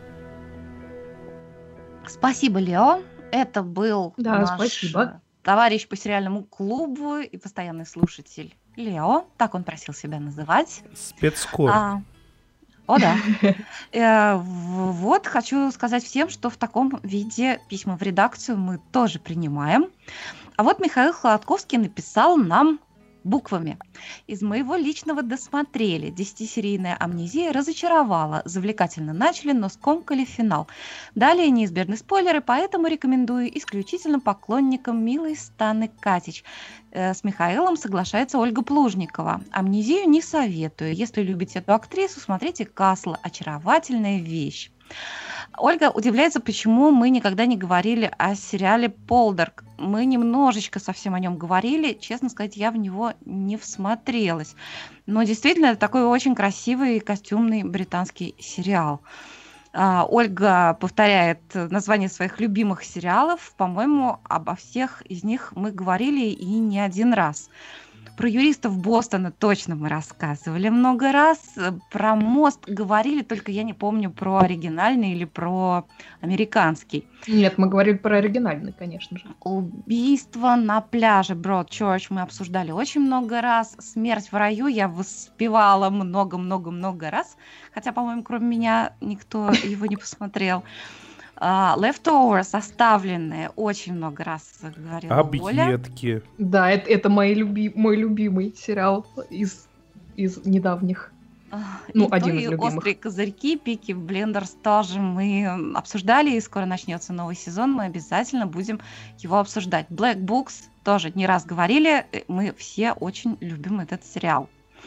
Спасибо, Лео. Это был наш спасибо. Товарищ по сериальному клубу и постоянный слушатель Лео. Так он просил себя называть. Спецкор. О, да. Вот, хочу сказать всем, что в таком виде письма в редакцию мы тоже принимаем. А вот Михаил Холодковский написал нам буквами. Из моего личного досмотрели. 10-серийная амнезия разочаровала. Завлекательно начали, но скомкали финал. Далее неизбежны спойлеры, поэтому рекомендую исключительно поклонникам милой Станы Катич. С Михаилом соглашается Ольга Плужникова. Амнезию не советую. Если любите эту актрису, смотрите «Касл». Очаровательная вещь. Ольга удивляется, почему мы никогда не говорили о сериале «Полдарк». Мы немножечко совсем о нем говорили. Честно сказать, я в него не всмотрелась. Но действительно, это такой очень красивый костюмный британский сериал. Ольга повторяет название своих любимых сериалов. По-моему, обо всех из них мы говорили и не один раз. Про юристов Бостона точно мы рассказывали много раз. Про мост говорили, только я не помню, про оригинальный или про американский. Нет, мы говорили про оригинальный, конечно же. Убийство на пляже Broadchurch мы обсуждали очень много раз. Смерть в раю я воспевала много-много-много раз. Хотя, по-моему, кроме меня никто его не посмотрел. Leftovers, оставленные, очень много раз говорила Оля. Объедки. Да, это мой любимый сериал из недавних. Один из любимых. «Острые козырьки», «Пики Блендерс» тоже мы обсуждали, и скоро начнется новый сезон, мы обязательно будем его обсуждать. Black Books тоже не раз говорили, мы все очень любим этот сериал.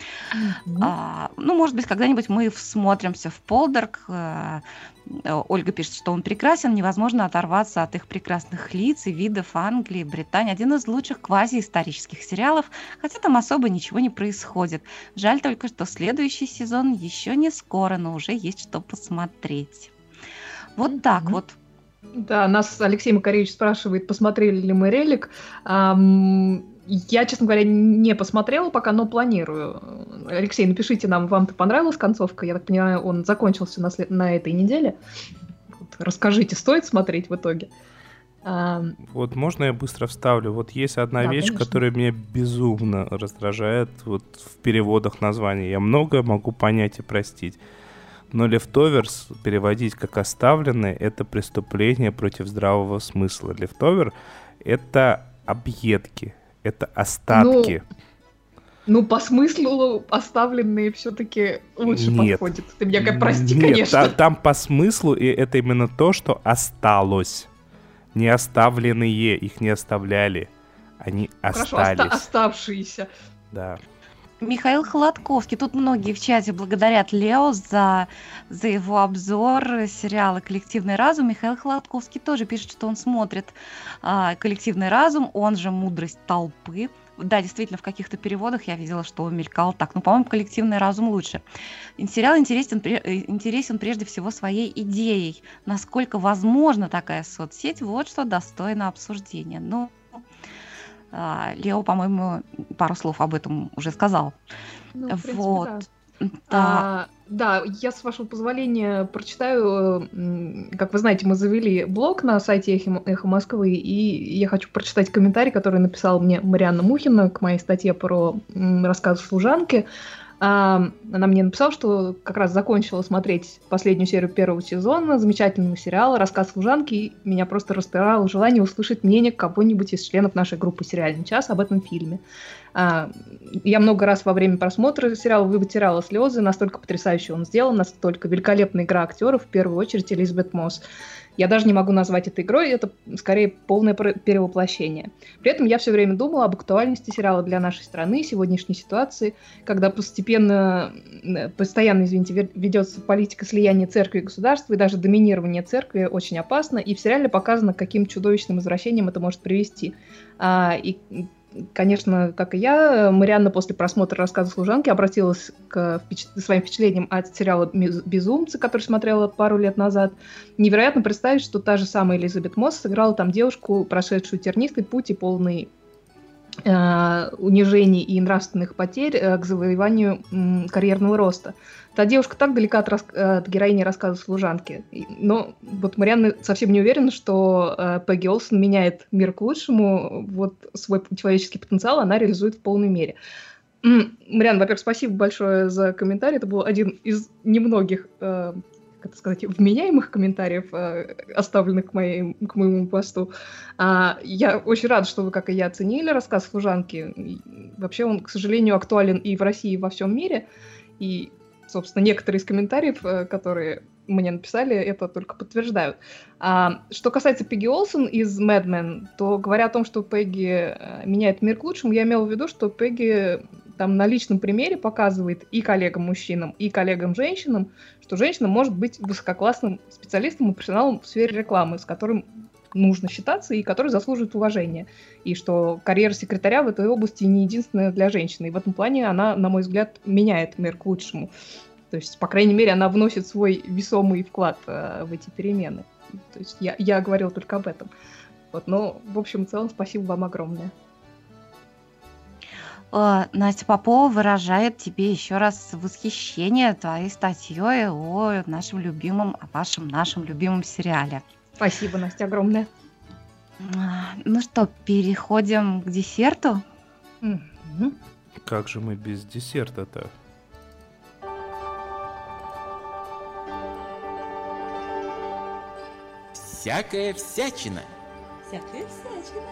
Может быть, когда-нибудь мы всмотримся в «Полдарк». Ольга пишет, что он прекрасен, невозможно оторваться от их прекрасных лиц и видов Англии, Британии. Один из лучших квазиисторических сериалов, хотя там особо ничего не происходит. Жаль только, что следующий сезон еще не скоро, но уже есть что посмотреть. Вот так вот. Да, нас Алексей Макаревич спрашивает, посмотрели ли мы «Релик». Я, честно говоря, не посмотрела пока, но планирую. Алексей, напишите нам, вам-то понравилась концовка? Я так понимаю, он закончился на этой неделе. Расскажите, стоит смотреть в итоге? Вот можно я быстро вставлю? Вот есть одна вещь, конечно, которая меня безумно раздражает вот в переводах названий. Я многое могу понять и простить. Но leftovers переводить как «оставленные» — это преступление против здравого смысла. Leftover — это объедки. Это остатки. По смыслу оставленные все-таки лучше подходят. Ты меня прости, конечно. Там по смыслу, и это именно то, что осталось. Не оставленные, их не оставляли. Они остались. Хорошо, оставшиеся. Да. Михаил Холодковский. Тут многие в чате благодарят Лео за его обзор сериала «Коллективный разум». Михаил Холодковский тоже пишет, что он смотрит «Коллективный разум», он же «Мудрость толпы». Да, действительно, в каких-то переводах я видела, что он мелькал так. Но, по-моему, «Коллективный разум» лучше. Сериал интересен прежде всего своей идеей. Насколько возможна такая соцсеть, вот что достойно обсуждения. Лео, по-моему, пару слов об этом уже сказал. Ну, в принципе, Вот. да. Да, я, с вашего позволения, прочитаю. Как вы знаете, мы завели блог на сайте Эхо Москвы, и я хочу прочитать комментарий, который написала мне Марианна Мухина к моей статье про рассказ служанки. Она мне написала, что как раз закончила смотреть последнюю серию первого сезона замечательного сериала «Рассказ служанки», и меня просто распирало желание услышать мнение кого-нибудь из членов нашей группы «Сериальный час» об этом фильме. Я много раз во время просмотра сериала вытирала слезы, настолько потрясающе он сделан, настолько великолепная игра актеров, в первую очередь Элизабет Мосс. Я даже не могу назвать это игрой, это скорее полное перевоплощение. При этом я все время думала об актуальности сериала для нашей страны, сегодняшней ситуации, когда постоянно, ведется политика слияния церкви и государства, и даже доминирование церкви очень опасно, и в сериале показано, каким чудовищным извращением это может привести. И, конечно, как и я, Марианна после просмотра рассказа служанки обратилась к своим впечатлениям от сериала «Безумцы», который смотрела пару лет назад. Невероятно представить, что та же самая Элизабет Мосс сыграла там девушку, прошедшую тернистый путь и полный унижений и нравственных потерь к завоеванию карьерного роста. Та девушка так далека от героини рассказа служанки. Но вот Марианна совсем не уверена, что Пегги Олсон меняет мир к лучшему. Вот свой человеческий потенциал она реализует в полной мере. Марианна, во-первых, спасибо большое за комментарий. Это был один из немногих, вменяемых комментариев, оставленных к моему посту. Я очень рада, что вы, как и я, оценили рассказ служанки. И вообще он, к сожалению, актуален и в России, и во всем мире. И, собственно, некоторые из комментариев, которые мне написали, это только подтверждают. Что касается Пегги Олсон из Mad Men, то, говоря о том, что Пегги меняет мир к лучшему, я имела в виду, что Пегги там на личном примере показывает и коллегам-мужчинам, и коллегам-женщинам, что женщина может быть высококлассным специалистом и профессионалом в сфере рекламы, с которым нужно считаться и который заслуживает уважения. И что карьера секретаря в этой области не единственная для женщины. И в этом плане она, на мой взгляд, меняет мир к лучшему. То есть, по крайней мере, она вносит свой весомый вклад в эти перемены. То есть я говорила только об этом. Вот, но, в общем и целом, спасибо вам огромное. Настя Попова выражает тебе еще раз восхищение твоей статьей о нашем любимом сериале. Спасибо, Настя, огромное. Ну что, переходим к десерту? Как же мы без десерта-то? Всякая всячина. Всякая всячина.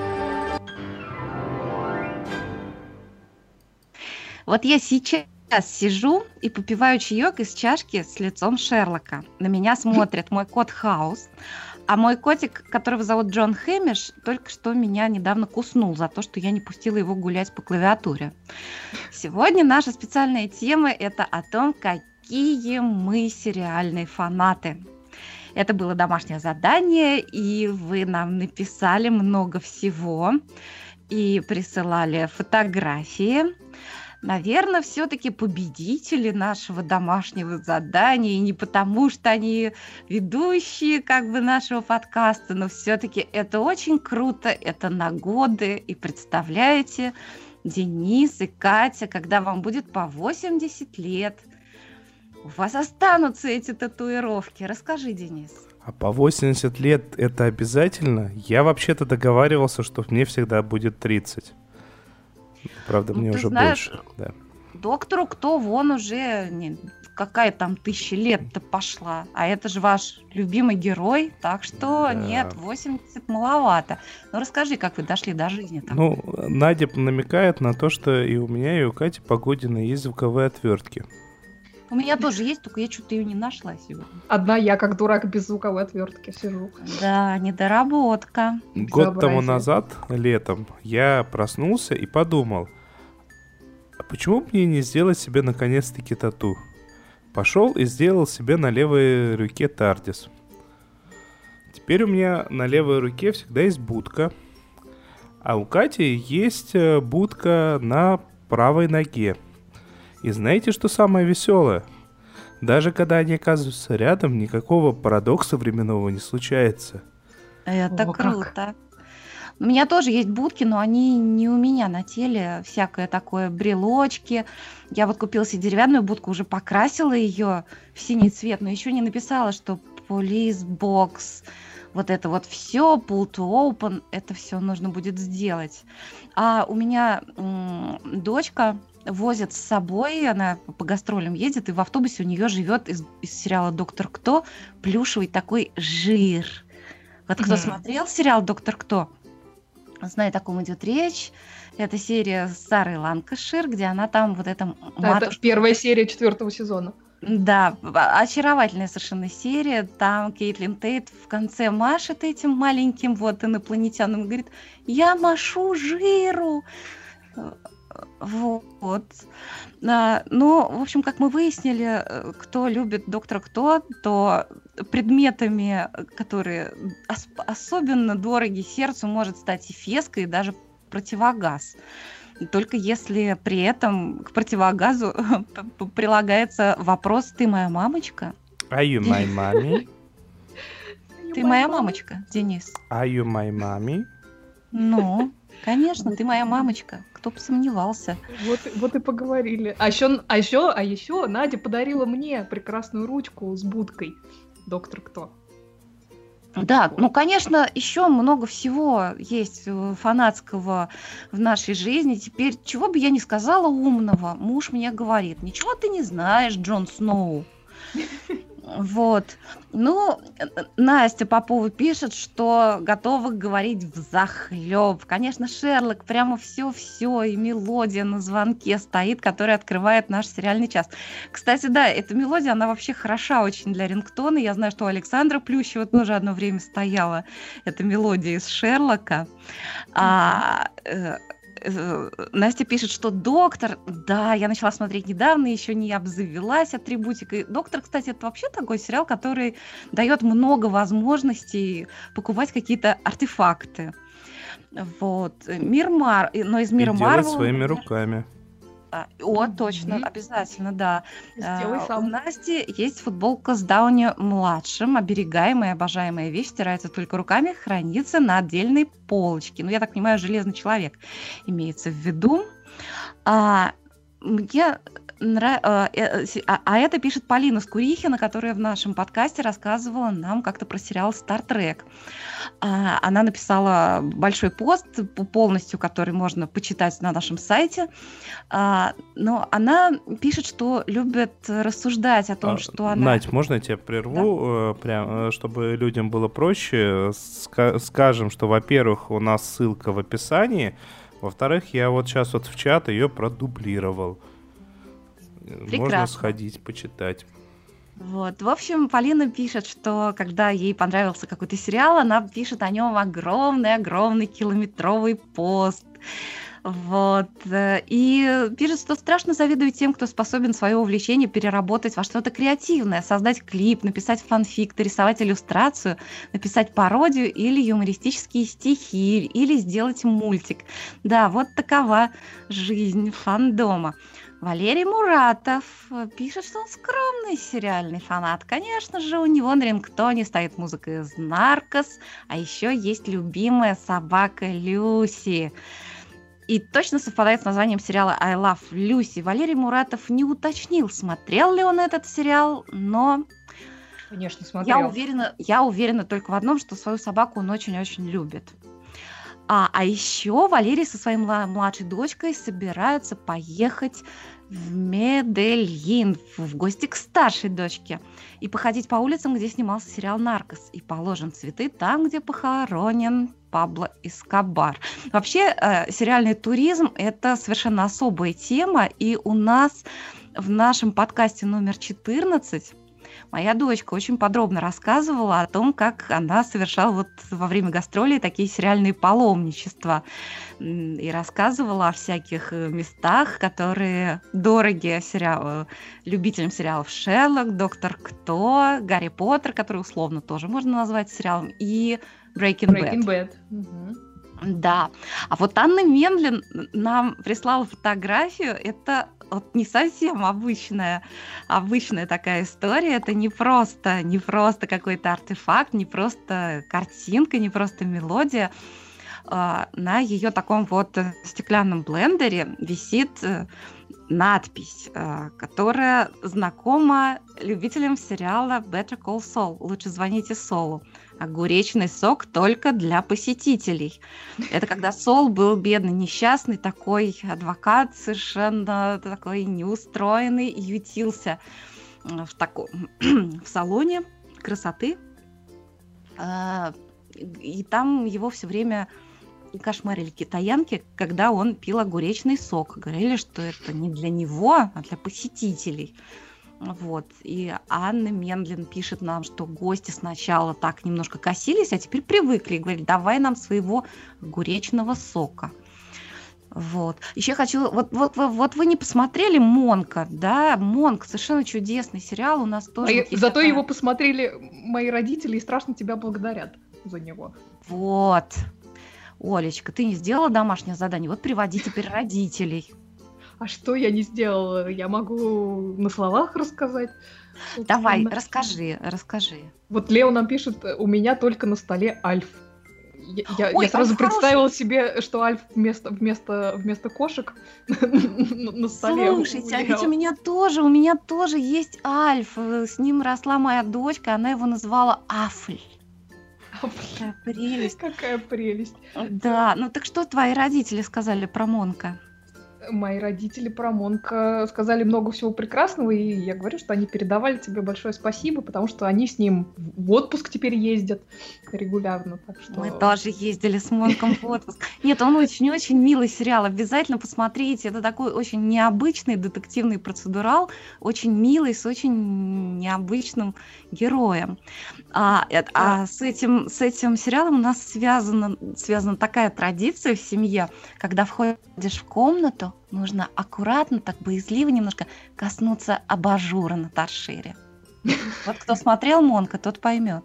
Вот я сейчас сижу и попиваю чаек из чашки с лицом Шерлока. На меня смотрит мой кот Хаус, а мой котик, которого зовут Джон Хэмиш, только что меня недавно куснул за то, что я не пустила его гулять по клавиатуре. Сегодня наша специальная тема – это о том, какие мы сериальные фанаты. Это было домашнее задание, и вы нам написали много всего и присылали фотографии. Наверное, все-таки победители нашего домашнего задания, и не потому, что они ведущие нашего подкаста, но все-таки это очень круто, это на годы. И представляете, Денис и Катя, когда вам будет по 80 лет, у вас останутся эти татуировки. Расскажи, Денис. А по 80 лет это обязательно? Я вообще-то договаривался, что мне всегда будет 30. Правда, мне уже знаешь, больше. Да. Доктору кто вон уже какая там 1000 лет-то пошла. А это же ваш любимый герой. Так что Да. нет, 80 маловато. Ну расскажи, как вы дошли до жизни там. Ну, Надя намекает на то, что и у меня, и у Кати Погодиной есть звуковые отвертки. У меня тоже есть, только я что-то ее не нашла сегодня. Одна я, как дурак, без звуковой отвертки сижу. Да, недоработка. Год тому Безобразие. назад, летом, я проснулся и подумал, а почему мне не сделать себе наконец-таки тату? Пошел и сделал себе на левой руке Тардис. Теперь у меня на левой руке всегда есть будка, а у Кати есть будка на правой ноге. И знаете, что самое веселое? Даже когда они оказываются рядом, никакого парадокса временного не случается. Это О, круто. как. У меня тоже есть будки, но они не у меня на теле. Всякое такое, брелочки. Я вот купила себе деревянную будку, уже покрасила ее в синий цвет, но еще не написала, что police box, вот это вот все, pull to open, это все нужно будет сделать. А у меня дочка возит с собой, она по гастролям ездит, и в автобусе у нее живет из сериала «Доктор Кто» плюшевый такой жир. Вот кто смотрел сериал «Доктор Кто», знает, о ком идет речь. Это серия с Сарой Ланкашир, где она там вот эта матушка... Это первая серия 4-го сезона. Да, очаровательная совершенно серия. Там Кейтлин Тейт в конце машет этим маленьким вот инопланетянам и говорит: «Я машу жиру». Вот. Ну, в общем, как мы выяснили, кто любит «Доктора Кто», то предметами, которые особенно дороги сердцу, может стать и феска, и даже противогаз. Только если при этом к противогазу прилагается вопрос: «Ты моя мамочка?» Are you my mommy? Ты моя мамочка, Денис. Are you my mommy? Ну, конечно, ты моя мамочка. Кто бы сомневался. Вот и поговорили. А еще Надя подарила мне прекрасную ручку с будкой «Доктор Кто». Да, ну, конечно, еще много всего есть фанатского в нашей жизни. Теперь, чего бы я ни сказала умного, муж мне говорит: «Ничего ты не знаешь, Джон Сноу». Вот. Ну, Настя Попова пишет, что готова говорить взахлеб. Конечно, Шерлок, прямо все-все, и мелодия на звонке стоит, которая открывает наш сериальный час. Кстати, да, эта мелодия, она вообще хороша очень для рингтона. Я знаю, что у Александра Плющева тоже одно время стояла эта мелодия из Шерлока. Настя пишет, что «Доктор», да, я начала смотреть недавно, еще не обзавелась атрибутикой. «Доктор», кстати, это вообще такой сериал, который дает много возможностей покупать какие-то артефакты. Вот. Но из мира Марвел... делать своими руками. О, точно, обязательно, да. Сделай сам. У Насти есть футболка с Дауни-младшим, оберегаемая, обожаемая вещь, стирается только руками, хранится на отдельной полочке. Ну, я так понимаю, «Железный человек» имеется в виду. Это пишет Полина Скурихина, которая в нашем подкасте рассказывала нам как-то про сериал «Стар Трек». Она написала большой пост полностью, который можно почитать на нашем сайте. Но она пишет, что любит рассуждать о том, что она... Надь, можно я тебя прерву? Да? Прям, чтобы людям было проще. Скажем, что, во-первых, у нас ссылка в описании. Во-вторых, я вот сейчас вот в чат ее продублировал. Прекрасно. Можно сходить, почитать. Вот. В общем, Полина пишет, что когда ей понравился какой-то сериал, она пишет о нем огромный километровый пост. Вот. И пишет, что страшно завидовать тем, кто способен свое увлечение переработать во что-то креативное, создать клип, написать фанфик, нарисовать иллюстрацию, написать пародию или юмористические стихи, или сделать мультик. Да, вот такова жизнь фандома. Валерий Муратов пишет, что он скромный сериальный фанат. Конечно же, у него на рингтоне стоит музыка из «Наркос», а еще есть любимая собака Люси. И точно совпадает с названием сериала «I Love Lucy». Валерий Муратов не уточнил, смотрел ли он этот сериал, но... Конечно, смотрел. Я уверена только в одном, что свою собаку он очень-очень любит. А еще Валерий со своей младшей дочкой собираются поехать в Медельин в гости к старшей дочке и походить по улицам, где снимался сериал «Наркос», и положим цветы там, где похоронен Пабло Эскобар. Вообще, сериальный туризм – это совершенно особая тема, и у нас в нашем подкасте номер 14 моя дочка очень подробно рассказывала о том, как она совершала вот во время гастролей такие сериальные паломничества. И рассказывала о всяких местах, которые дороги любителям сериалов «Шерлок», «Доктор Кто», «Гарри Поттер», который условно тоже можно назвать сериалом, и «Breaking Bad». Угу. Да. А вот Анна Менлин нам прислала фотографию. Это вот не совсем обычная такая история. Это не просто какой-то артефакт, не просто картинка, не просто мелодия. на ее таком вот стеклянном блендере висит надпись, которая знакома любителям сериала Better Call Saul. Лучше звоните Солу. Огуречный сок только для посетителей. Это когда Сол был бедный, несчастный, такой адвокат, совершенно такой неустроенный, ютился в салоне красоты. И там его все время кошмарили китаянки, когда он пил огуречный сок. Говорили, что это не для него, а для посетителей. Вот. И Анна Мендлин пишет нам, что гости сначала так немножко косились, а теперь привыкли. И говорили, давай нам своего огуречного сока. Вот. Еще хочу... Вот вы не посмотрели «Монка», да? «Монк» совершенно чудесный сериал. У нас тоже... Зато его посмотрели мои родители и страшно тебя благодарят за него. Вот. Олечка, ты не сделала домашнее задание? Вот приводи теперь родителей. А что я не сделала? Я могу на словах рассказать. Давай, расскажи. Вот Лео нам пишет, у меня только на столе Альф. Я сразу представила себе, что Альф вместо кошек на столе. Слушайте, а ведь у меня тоже есть Альф. С ним росла моя дочка, она его назвала Афль. Какая прелесть. Какая прелесть. Да, ну так что твои родители сказали про Монка? Мои родители про Монка сказали много всего прекрасного, и я говорю, что они передавали тебе большое спасибо, потому что они с ним в отпуск теперь ездят регулярно. Так что... Мы тоже ездили с Монком в отпуск. Нет, он очень-очень милый сериал, обязательно посмотрите. Это такой очень необычный детективный процедурал, очень милый, с очень необычным героем. С этим сериалом у нас связана такая традиция в семье, когда входишь в комнату, нужно аккуратно, так боязливо немножко коснуться абажура на торшере. Вот кто смотрел Монка, тот поймет.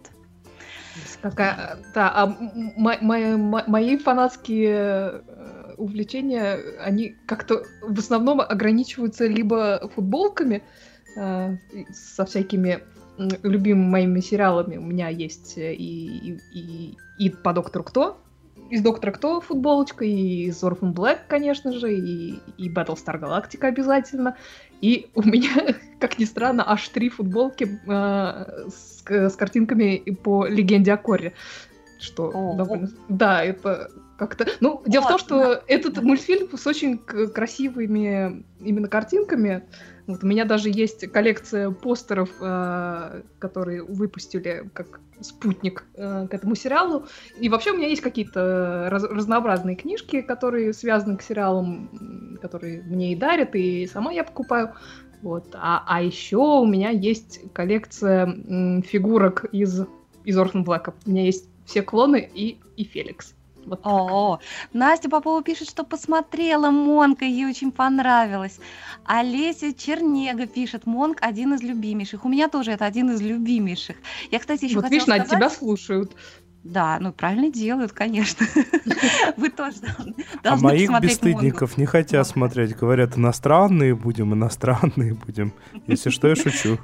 Мои фанатские увлечения, они как-то в основном ограничиваются либо футболками со всякими любимыми моими сериалами. У меня есть и по Доктору Кто, из Доктора Кто футболочка, и из Orphan Black, конечно же, и Battlestar Galactica обязательно. И у меня, как ни странно, аж 3 футболки с картинками по Легенде о Корре. Что довольно... Да, это как-то... Ну, дело в том, что этот мультфильм с очень красивыми именно картинками. Вот у меня даже есть коллекция постеров, которые выпустили как спутник к этому сериалу. И вообще у меня есть какие-то разнообразные книжки, которые связаны к сериалам, которые мне и дарят, и сама я покупаю. Вот. А еще у меня есть коллекция фигурок из Orphan Black. У меня есть все клоны и Феликс. Вот Настя Попова пишет, что посмотрела Монка, ей очень понравилось. Олеся Чернега пишет, Монк один из любимейших. У меня тоже это один из любимейших. Я, кстати, еще вот хотела сказать... тебя слушают. Да, ну правильно делают, конечно. Вы тоже должны посмотреть Монку. А моих бесстыдников не хотят смотреть. Говорят, иностранные будем. Если что, я шучу.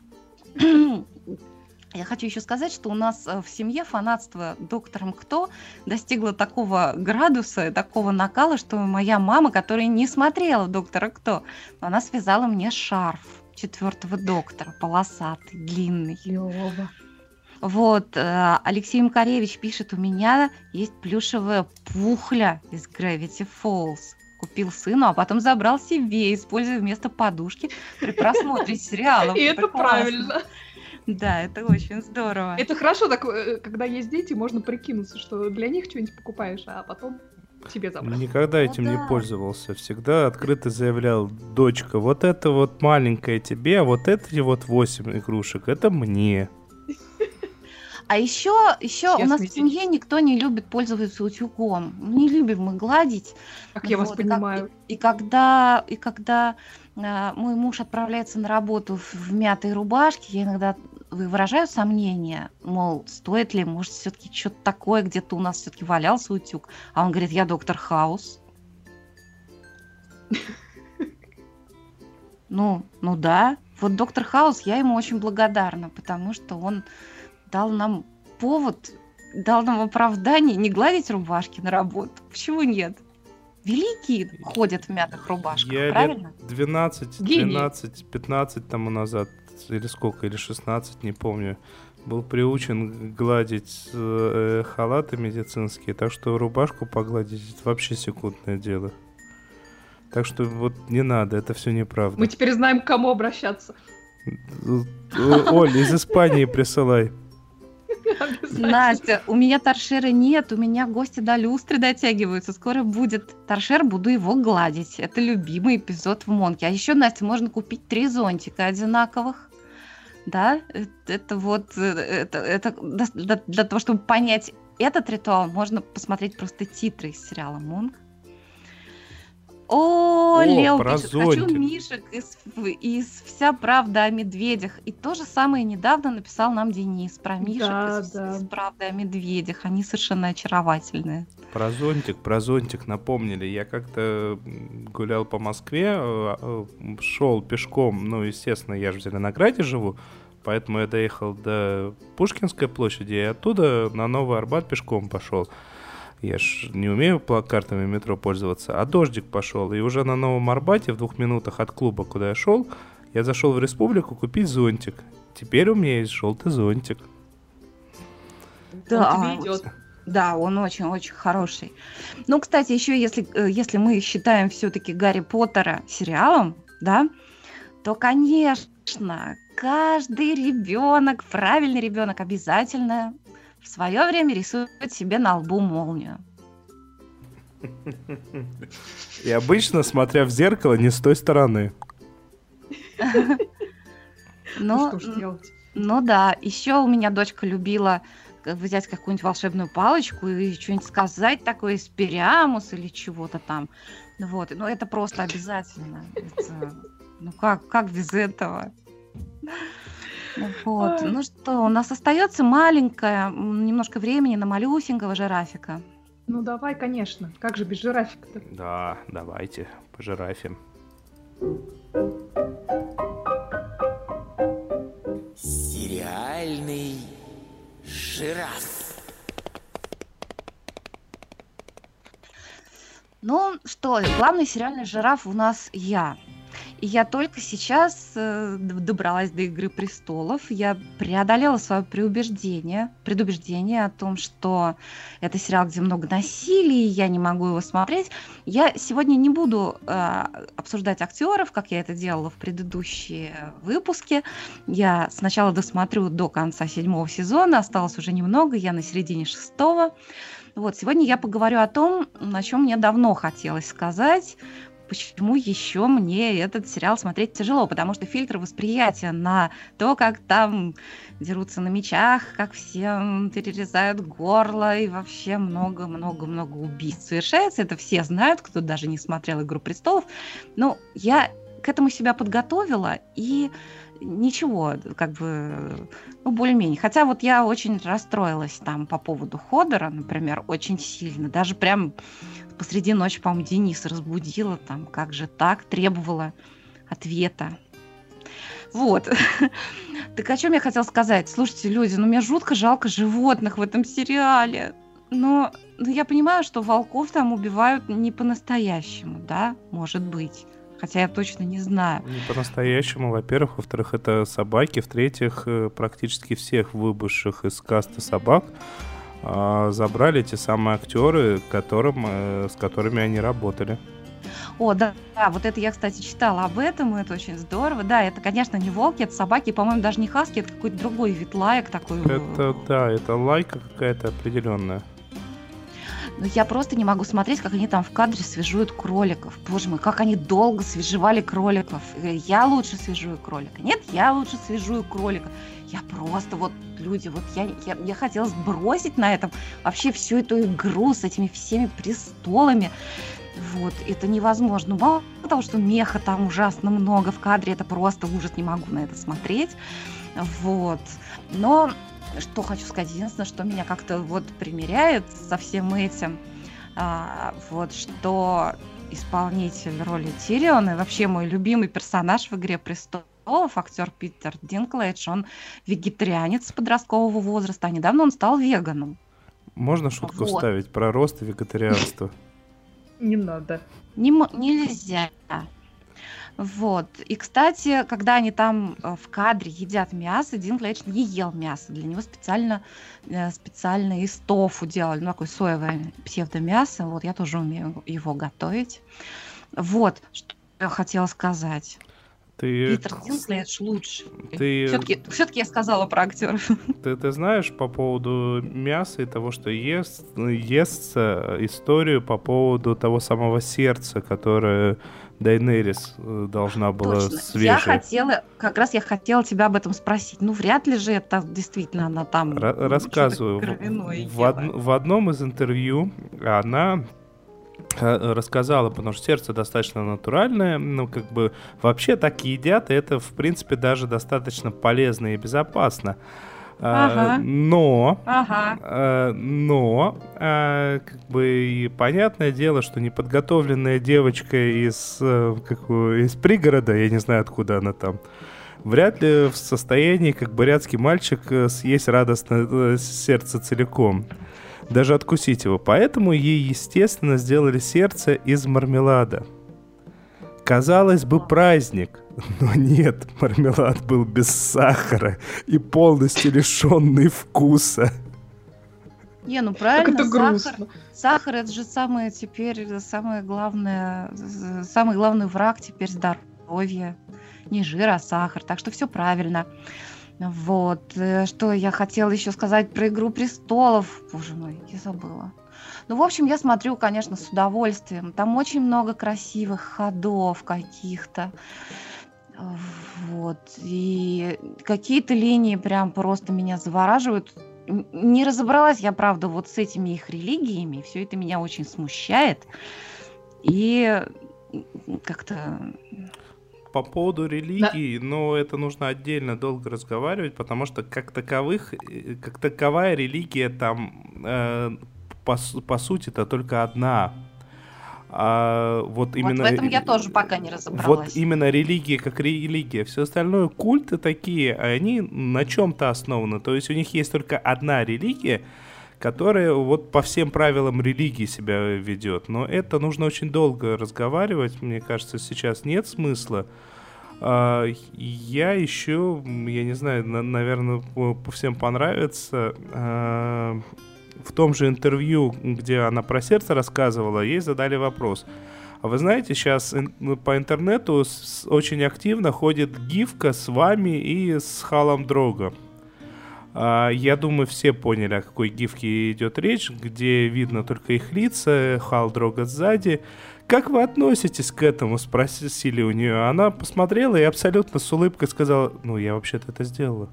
Я хочу еще сказать, что у нас в семье фанатство Доктором Кто достигло такого градуса, такого накала, что моя мама, которая не смотрела Доктора Кто, она связала мне шарф 4-го доктора, полосатый, длинный. Клёво. Вот, Алексей Макаревич пишет, у меня есть плюшевая пухля из Gravity Falls. Купил сыну, а потом забрал себе, используя вместо подушки при просмотре сериалов. И это правильно. Да, это очень здорово. Это хорошо, так, когда есть дети, можно прикинуться, что для них что-нибудь покупаешь, а потом себе забрать. Никогда этим не пользовался. Всегда открыто заявлял, дочка, вот это вот маленькое тебе, а вот эти вот 8 игрушек, это мне. А еще у нас в семье никто не любит пользоваться утюгом. Не любим мы гладить. Как я вас понимаю. И когда мой муж отправляется на работу в мятой рубашке, я иногда выражаю сомнения, мол, стоит ли, может, все-таки что-то такое, где-то у нас все-таки валялся утюг. А он говорит, я доктор Хаус. Ну да. Вот доктор Хаус, я ему очень благодарна, потому что он дал нам повод дал нам оправдание не гладить рубашки на работу. Почему нет? Великие ходят в мятых рубашках, Я правильно? лет 12, Гений. 12, 15 тому назад, или сколько, или 16, не помню, был приучен гладить халаты медицинские, так что рубашку погладить — это вообще секундное дело. Так что вот не надо, это все неправда. Мы теперь знаем, к кому обращаться. Оль, из Испании присылай. Настя, у меня торшера нет, у меня гости до люстры дотягиваются. Скоро будет торшер, буду его гладить. Это любимый эпизод в Монке. А еще, Настя, можно купить 3 зонтика одинаковых. Да, это вот это для того, чтобы понять этот ритуал, можно посмотреть просто титры из сериала Монк. О, Лео про пишет, хочу зонтик. мишек из «Вся правда о медведях». И то же самое недавно написал нам Денис про мишек Да, из «Правды о медведях». Они совершенно очаровательные. Про зонтик напомнили. Я как-то гулял по Москве, шел пешком, ну, естественно, я же в Зеленограде живу, поэтому я доехал до Пушкинской площади и оттуда на Новый Арбат пешком пошел. Я ж не умею картами метро пользоваться, а дождик пошел. И уже на Новом Арбате в 2 минутах от клуба, куда я шел, я зашел в Республику купить зонтик. Теперь у меня есть желтый зонтик. Да, Он тебе идет. Да, он очень-очень хороший. Ну, кстати, еще если мы считаем все-таки Гарри Поттера сериалом, да, то, конечно, каждый ребенок, правильный ребенок, обязательно в свое время рисует себе на лбу молнию. И обычно, смотря в зеркало, не с той стороны. Ну что ж делать? Ну да, еще у меня дочка любила взять какую-нибудь волшебную палочку и что-нибудь сказать такое, спириамус или чего-то там. Вот, ну это просто обязательно. Ну как без этого? Вот. Ну что, у нас остается маленькое немножко времени на малюсенького жирафика. Ну давай, конечно. Как же без жирафика-то? Да, давайте, пожирафим. Сериальный жираф. Ну что, главный сериальный жираф у нас я. И я только сейчас добралась до «Игры престолов». Я преодолела свое предубеждение о том, что это сериал, где много насилия, и я не могу его смотреть. Я сегодня не буду обсуждать актеров, как я это делала в предыдущие выпуски. Я сначала досмотрю до конца 7-го сезона, осталось уже немного, я на середине 6-го. Вот, сегодня я поговорю о том, о чем мне давно хотелось сказать, почему еще мне этот сериал смотреть тяжело, потому что фильтр восприятия на то, как там дерутся на мечах, как всем перерезают горло и вообще много-много-много убийств совершается. Это все знают, кто даже не смотрел «Игру престолов». Но я к этому себя подготовила, и ничего, как бы, ну, более-менее. Хотя вот я очень расстроилась там по поводу Ходора, например, очень сильно. Даже прям посреди ночи, по-моему, Дениса разбудила, там, как же так, требовала ответа. Вот. Так о чем я хотела сказать? Слушайте, люди, ну мне жутко жалко животных в этом сериале. Но я понимаю, что волков там убивают не по-настоящему, да, может быть. Хотя я точно не знаю. Не по-настоящему, во-первых. Во-вторых, это собаки. В-третьих, практически всех выбывших из каста собак забрали те самые актеры, с которыми они работали. О, да, вот это я, кстати, читала об этом, и это очень здорово. Да, это, конечно, не волки, это собаки, по-моему, даже не хаски, это какой-то другой вид лаек такой. Это лайка какая-то определенная. Но я просто не могу смотреть, как они там в кадре свежуют кроликов. Боже мой, как они долго свежевали кроликов. Я лучше свежую кролика. Нет, я лучше свежую кролика. Я просто, вот, люди, вот я хотела сбросить на этом вообще всю эту игру с этими всеми престолами. Вот, это невозможно. Мало того, что меха там ужасно много в кадре, это просто ужас, не могу на это смотреть. Вот. Но что хочу сказать, единственное, что меня как-то вот примиряет со всем этим, вот, что исполнитель роли Тириона и вообще мой любимый персонаж в «Игре престолов», актер Питер Динклэйдж, он вегетарианец с подросткового возраста, а недавно он стал веганом. Можно шутку Вот. вставить про рост и вегетарианство? Не надо. Нельзя. Вот. И, кстати, когда они там в кадре едят мясо, Динклэйдж не ел мясо. Для него специально из тофу делали, ну, такое соевое псевдомясо. Вот, я тоже умею его готовить. Вот, что я хотела сказать. Питер Динклэйдж лучше. Все-таки я сказала про актеров. Ты знаешь по поводу мяса и того, что естся историю по поводу того самого сердца, которое Дайнерис должна была свежее. Я хотела тебя об этом спросить. Ну, вряд ли же это действительно она там... Рассказываю. В одном из интервью она рассказала, потому что сердце достаточно натуральное, ну, как бы, вообще так едят, и это, в принципе, даже достаточно полезно и безопасно. Но, как бы, и понятное дело, что неподготовленная девочка из пригорода, я не знаю, откуда она там, вряд ли в состоянии, как бурятский мальчик, съесть радостно сердце целиком. Даже откусить его. Поэтому ей, естественно, сделали сердце из мармелада. Казалось бы, праздник. Но нет, мармелад был без сахара и полностью лишенный вкуса. Не, ну правильно, это грустно. Сахар это же самый главный враг теперь здоровья. Не жир, а сахар. Так что все правильно. Вот, что я хотела еще сказать про «Игру престолов». Боже мой, я забыла. Ну, в общем, я смотрю, конечно, с удовольствием. Там очень много красивых ходов каких-то. Вот. И какие-то линии прям просто меня завораживают. Не разобралась я, правда, вот с этими их религиями. Все это меня очень смущает. И как-то... По поводу религии, но это нужно отдельно долго разговаривать, потому что как таковая религия там, по сути, это только одна. Вот именно, в этом я тоже пока не разобралась. Вот именно религия как религия. Все остальное культы такие, они на чем-то основаны. То есть у них есть только одна религия, которая вот по всем правилам религии себя ведет. Но это нужно очень долго разговаривать. Мне кажется, сейчас нет смысла. Я еще, я не знаю, наверное, всем понравится. В том же интервью, где она про сердце рассказывала, ей задали вопрос. А вы знаете, сейчас по интернету очень активно ходит гифка с вами и с Халом Дрого. Я думаю, все поняли, о какой гифке идет речь, где видно только их лица, Хал Дрого сзади. Как вы относитесь к этому? Спросили у нее. Она посмотрела и абсолютно с улыбкой сказала: ну, я вообще-то это сделала.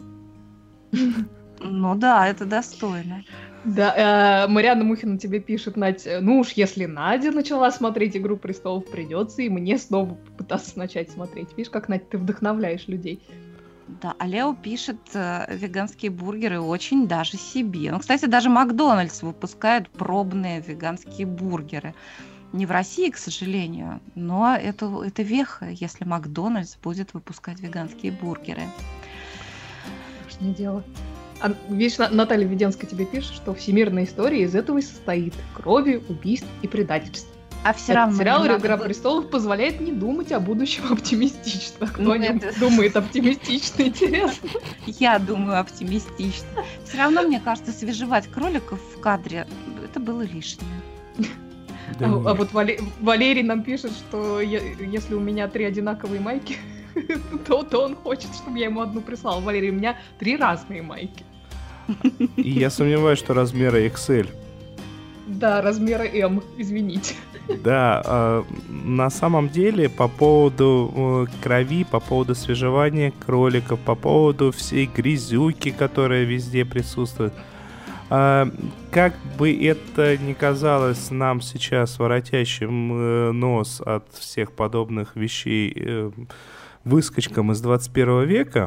Ну да, это достойно. Да, Марианна Мухина тебе пишет, Надь, ну уж если Надя начала смотреть «Игру престолов», придется и мне снова попытаться начать смотреть. Видишь, как, Надь, ты вдохновляешь людей. Да, а Лео пишет, веганские бургеры очень даже себе. Ну, кстати, даже Макдональдс выпускает пробные веганские бургеры. Не в России, к сожалению, но это веха, если Макдональдс будет выпускать веганские бургеры. Что не дело. Видишь, Наталья Веденская тебе пишет, что всемирная история из этого и состоит: крови, убийств и предательств. А все равно сериал «Игра престолов» позволяет не думать о будущем оптимистично. Кто о нем думает оптимистично, интересно? Я думаю оптимистично. Все равно, мне кажется, свежевать кроликов в кадре — это было лишнее. Да а вот Валерий нам пишет, что если у меня 3 одинаковые майки, то он хочет, чтобы я ему одну прислала. Валерий, у меня 3 разные майки. И я сомневаюсь, что размера XL. Да, размера М, извините. Да, на самом деле по поводу крови, по поводу свежевания кроликов, по поводу всей грязюки, которая везде присутствует, как бы это ни казалось нам сейчас воротящим нос от всех подобных вещей выскочкам из 21 века,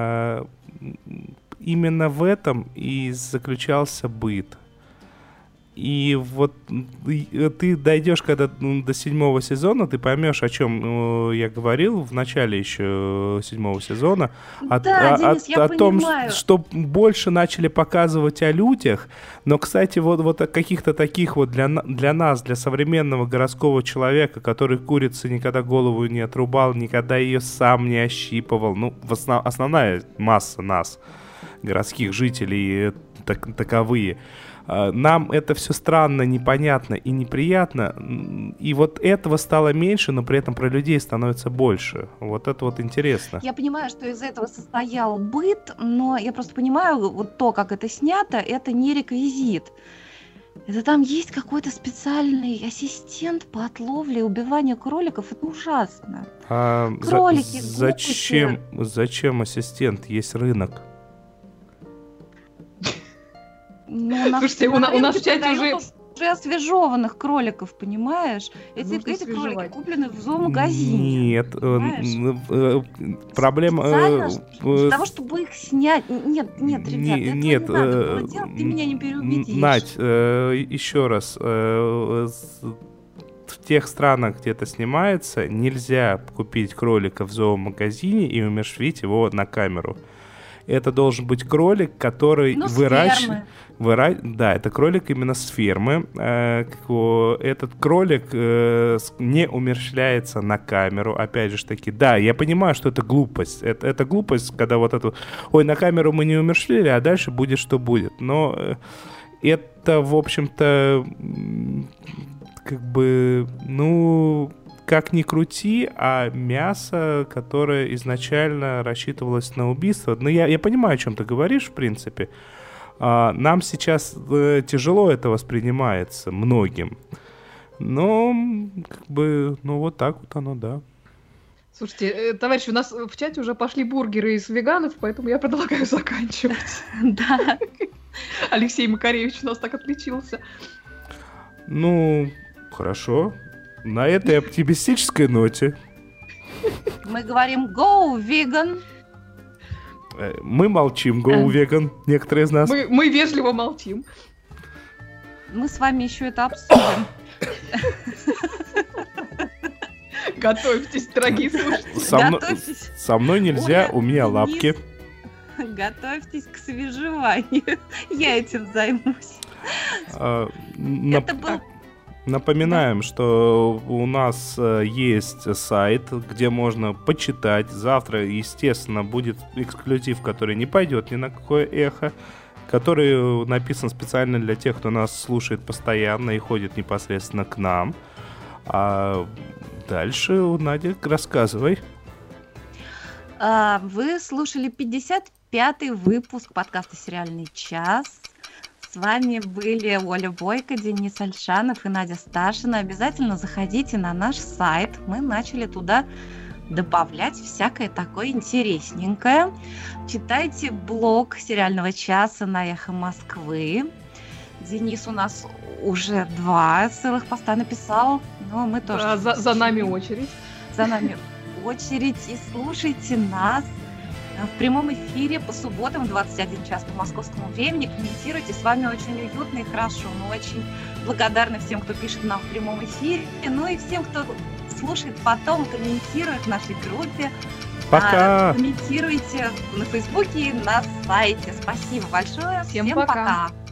именно в этом и заключался быт. И вот ты дойдешь когда до 7-го сезона, ты поймешь, о чем я говорил в начале еще 7-го сезона. Денис, я о том, понимаю. что больше начали показывать о людях. Но, кстати, вот о каких-то таких вот для нас, для современного городского человека, который курице никогда голову не отрубал, никогда ее сам не ощипывал. Ну, основная масса нас, городских жителей, таковые. Нам это все странно, непонятно и неприятно. И вот этого стало меньше, но при этом про людей становится больше. Вот это вот интересно. Я понимаю, что из этого состоял быт, но я просто понимаю, вот то, как это снято, это не реквизит. Это там есть какой-то специальный ассистент по отловле и убиванию кроликов. Это ужасно. Кролики, зачем ассистент? Есть рынок. Слушайте, у нас в чате уже освежеванных кроликов, понимаешь? Эти кролики куплены в зоомагазине. Нет, проблема... Для того, чтобы их снять... Нет, ребят, это не надо было делать, ты меня не переубедишь. Надь, еще раз. В тех странах, где это снимается, нельзя купить кролика в зоомагазине и умерщвить его на камеру. Это должен быть кролик, который выращивает... Да, это кролик именно с фермы. Этот кролик не умерщвляется на камеру. Опять же таки, да, я понимаю, что это глупость. Это глупость, когда вот это... Ой, на камеру мы не умерщвляли, а дальше будет, что будет. Но это, в общем-то, как бы, как ни крути, а мясо, которое изначально рассчитывалось на убийство. Ну, я понимаю, о чем ты говоришь, в принципе. Нам сейчас тяжело это воспринимается многим. Но, как бы, вот так вот оно, да. Слушайте, товарищи, у нас в чате уже пошли бургеры из веганов, поэтому я предлагаю заканчивать. Да. Алексей Макаревич у нас так отличился. Хорошо. На этой оптимистической ноте мы говорим «Go, vegan!» Мы молчим, go, vegan, некоторые из нас. Мы вежливо молчим. Мы с вами еще это обсудим. Готовьтесь, дорогие слушатели. Со мной нельзя, у меня лапки. Готовьтесь к свежеванию. Я этим займусь. Это был... Напоминаем, что у нас есть сайт, где можно почитать. Завтра, естественно, будет эксклюзив, который не пойдет ни на какое эхо, который написан специально для тех, кто нас слушает постоянно и ходит непосредственно к нам. А дальше, Надя, рассказывай. Вы слушали 55-й выпуск подкаста «Сериальный час». С вами были Оля Бойко, Денис Ольшанов и Надя Сташина. Обязательно заходите на наш сайт. Мы начали туда добавлять всякое такое интересненькое. Читайте блог «Сериального часа» на Эхо Москвы. Денис у нас уже 2 целых поста написал. Но мы тоже... За нами очередь. За нами очередь. И слушайте нас в прямом эфире по субботам в 21 час по московскому времени. Комментируйте, с вами очень уютно и хорошо. Мы очень благодарны всем, кто пишет нам в прямом эфире, и всем, кто слушает потом, комментирует в нашей группе. Пока! Комментируйте на Фейсбуке и на сайте. Спасибо большое. Всем пока!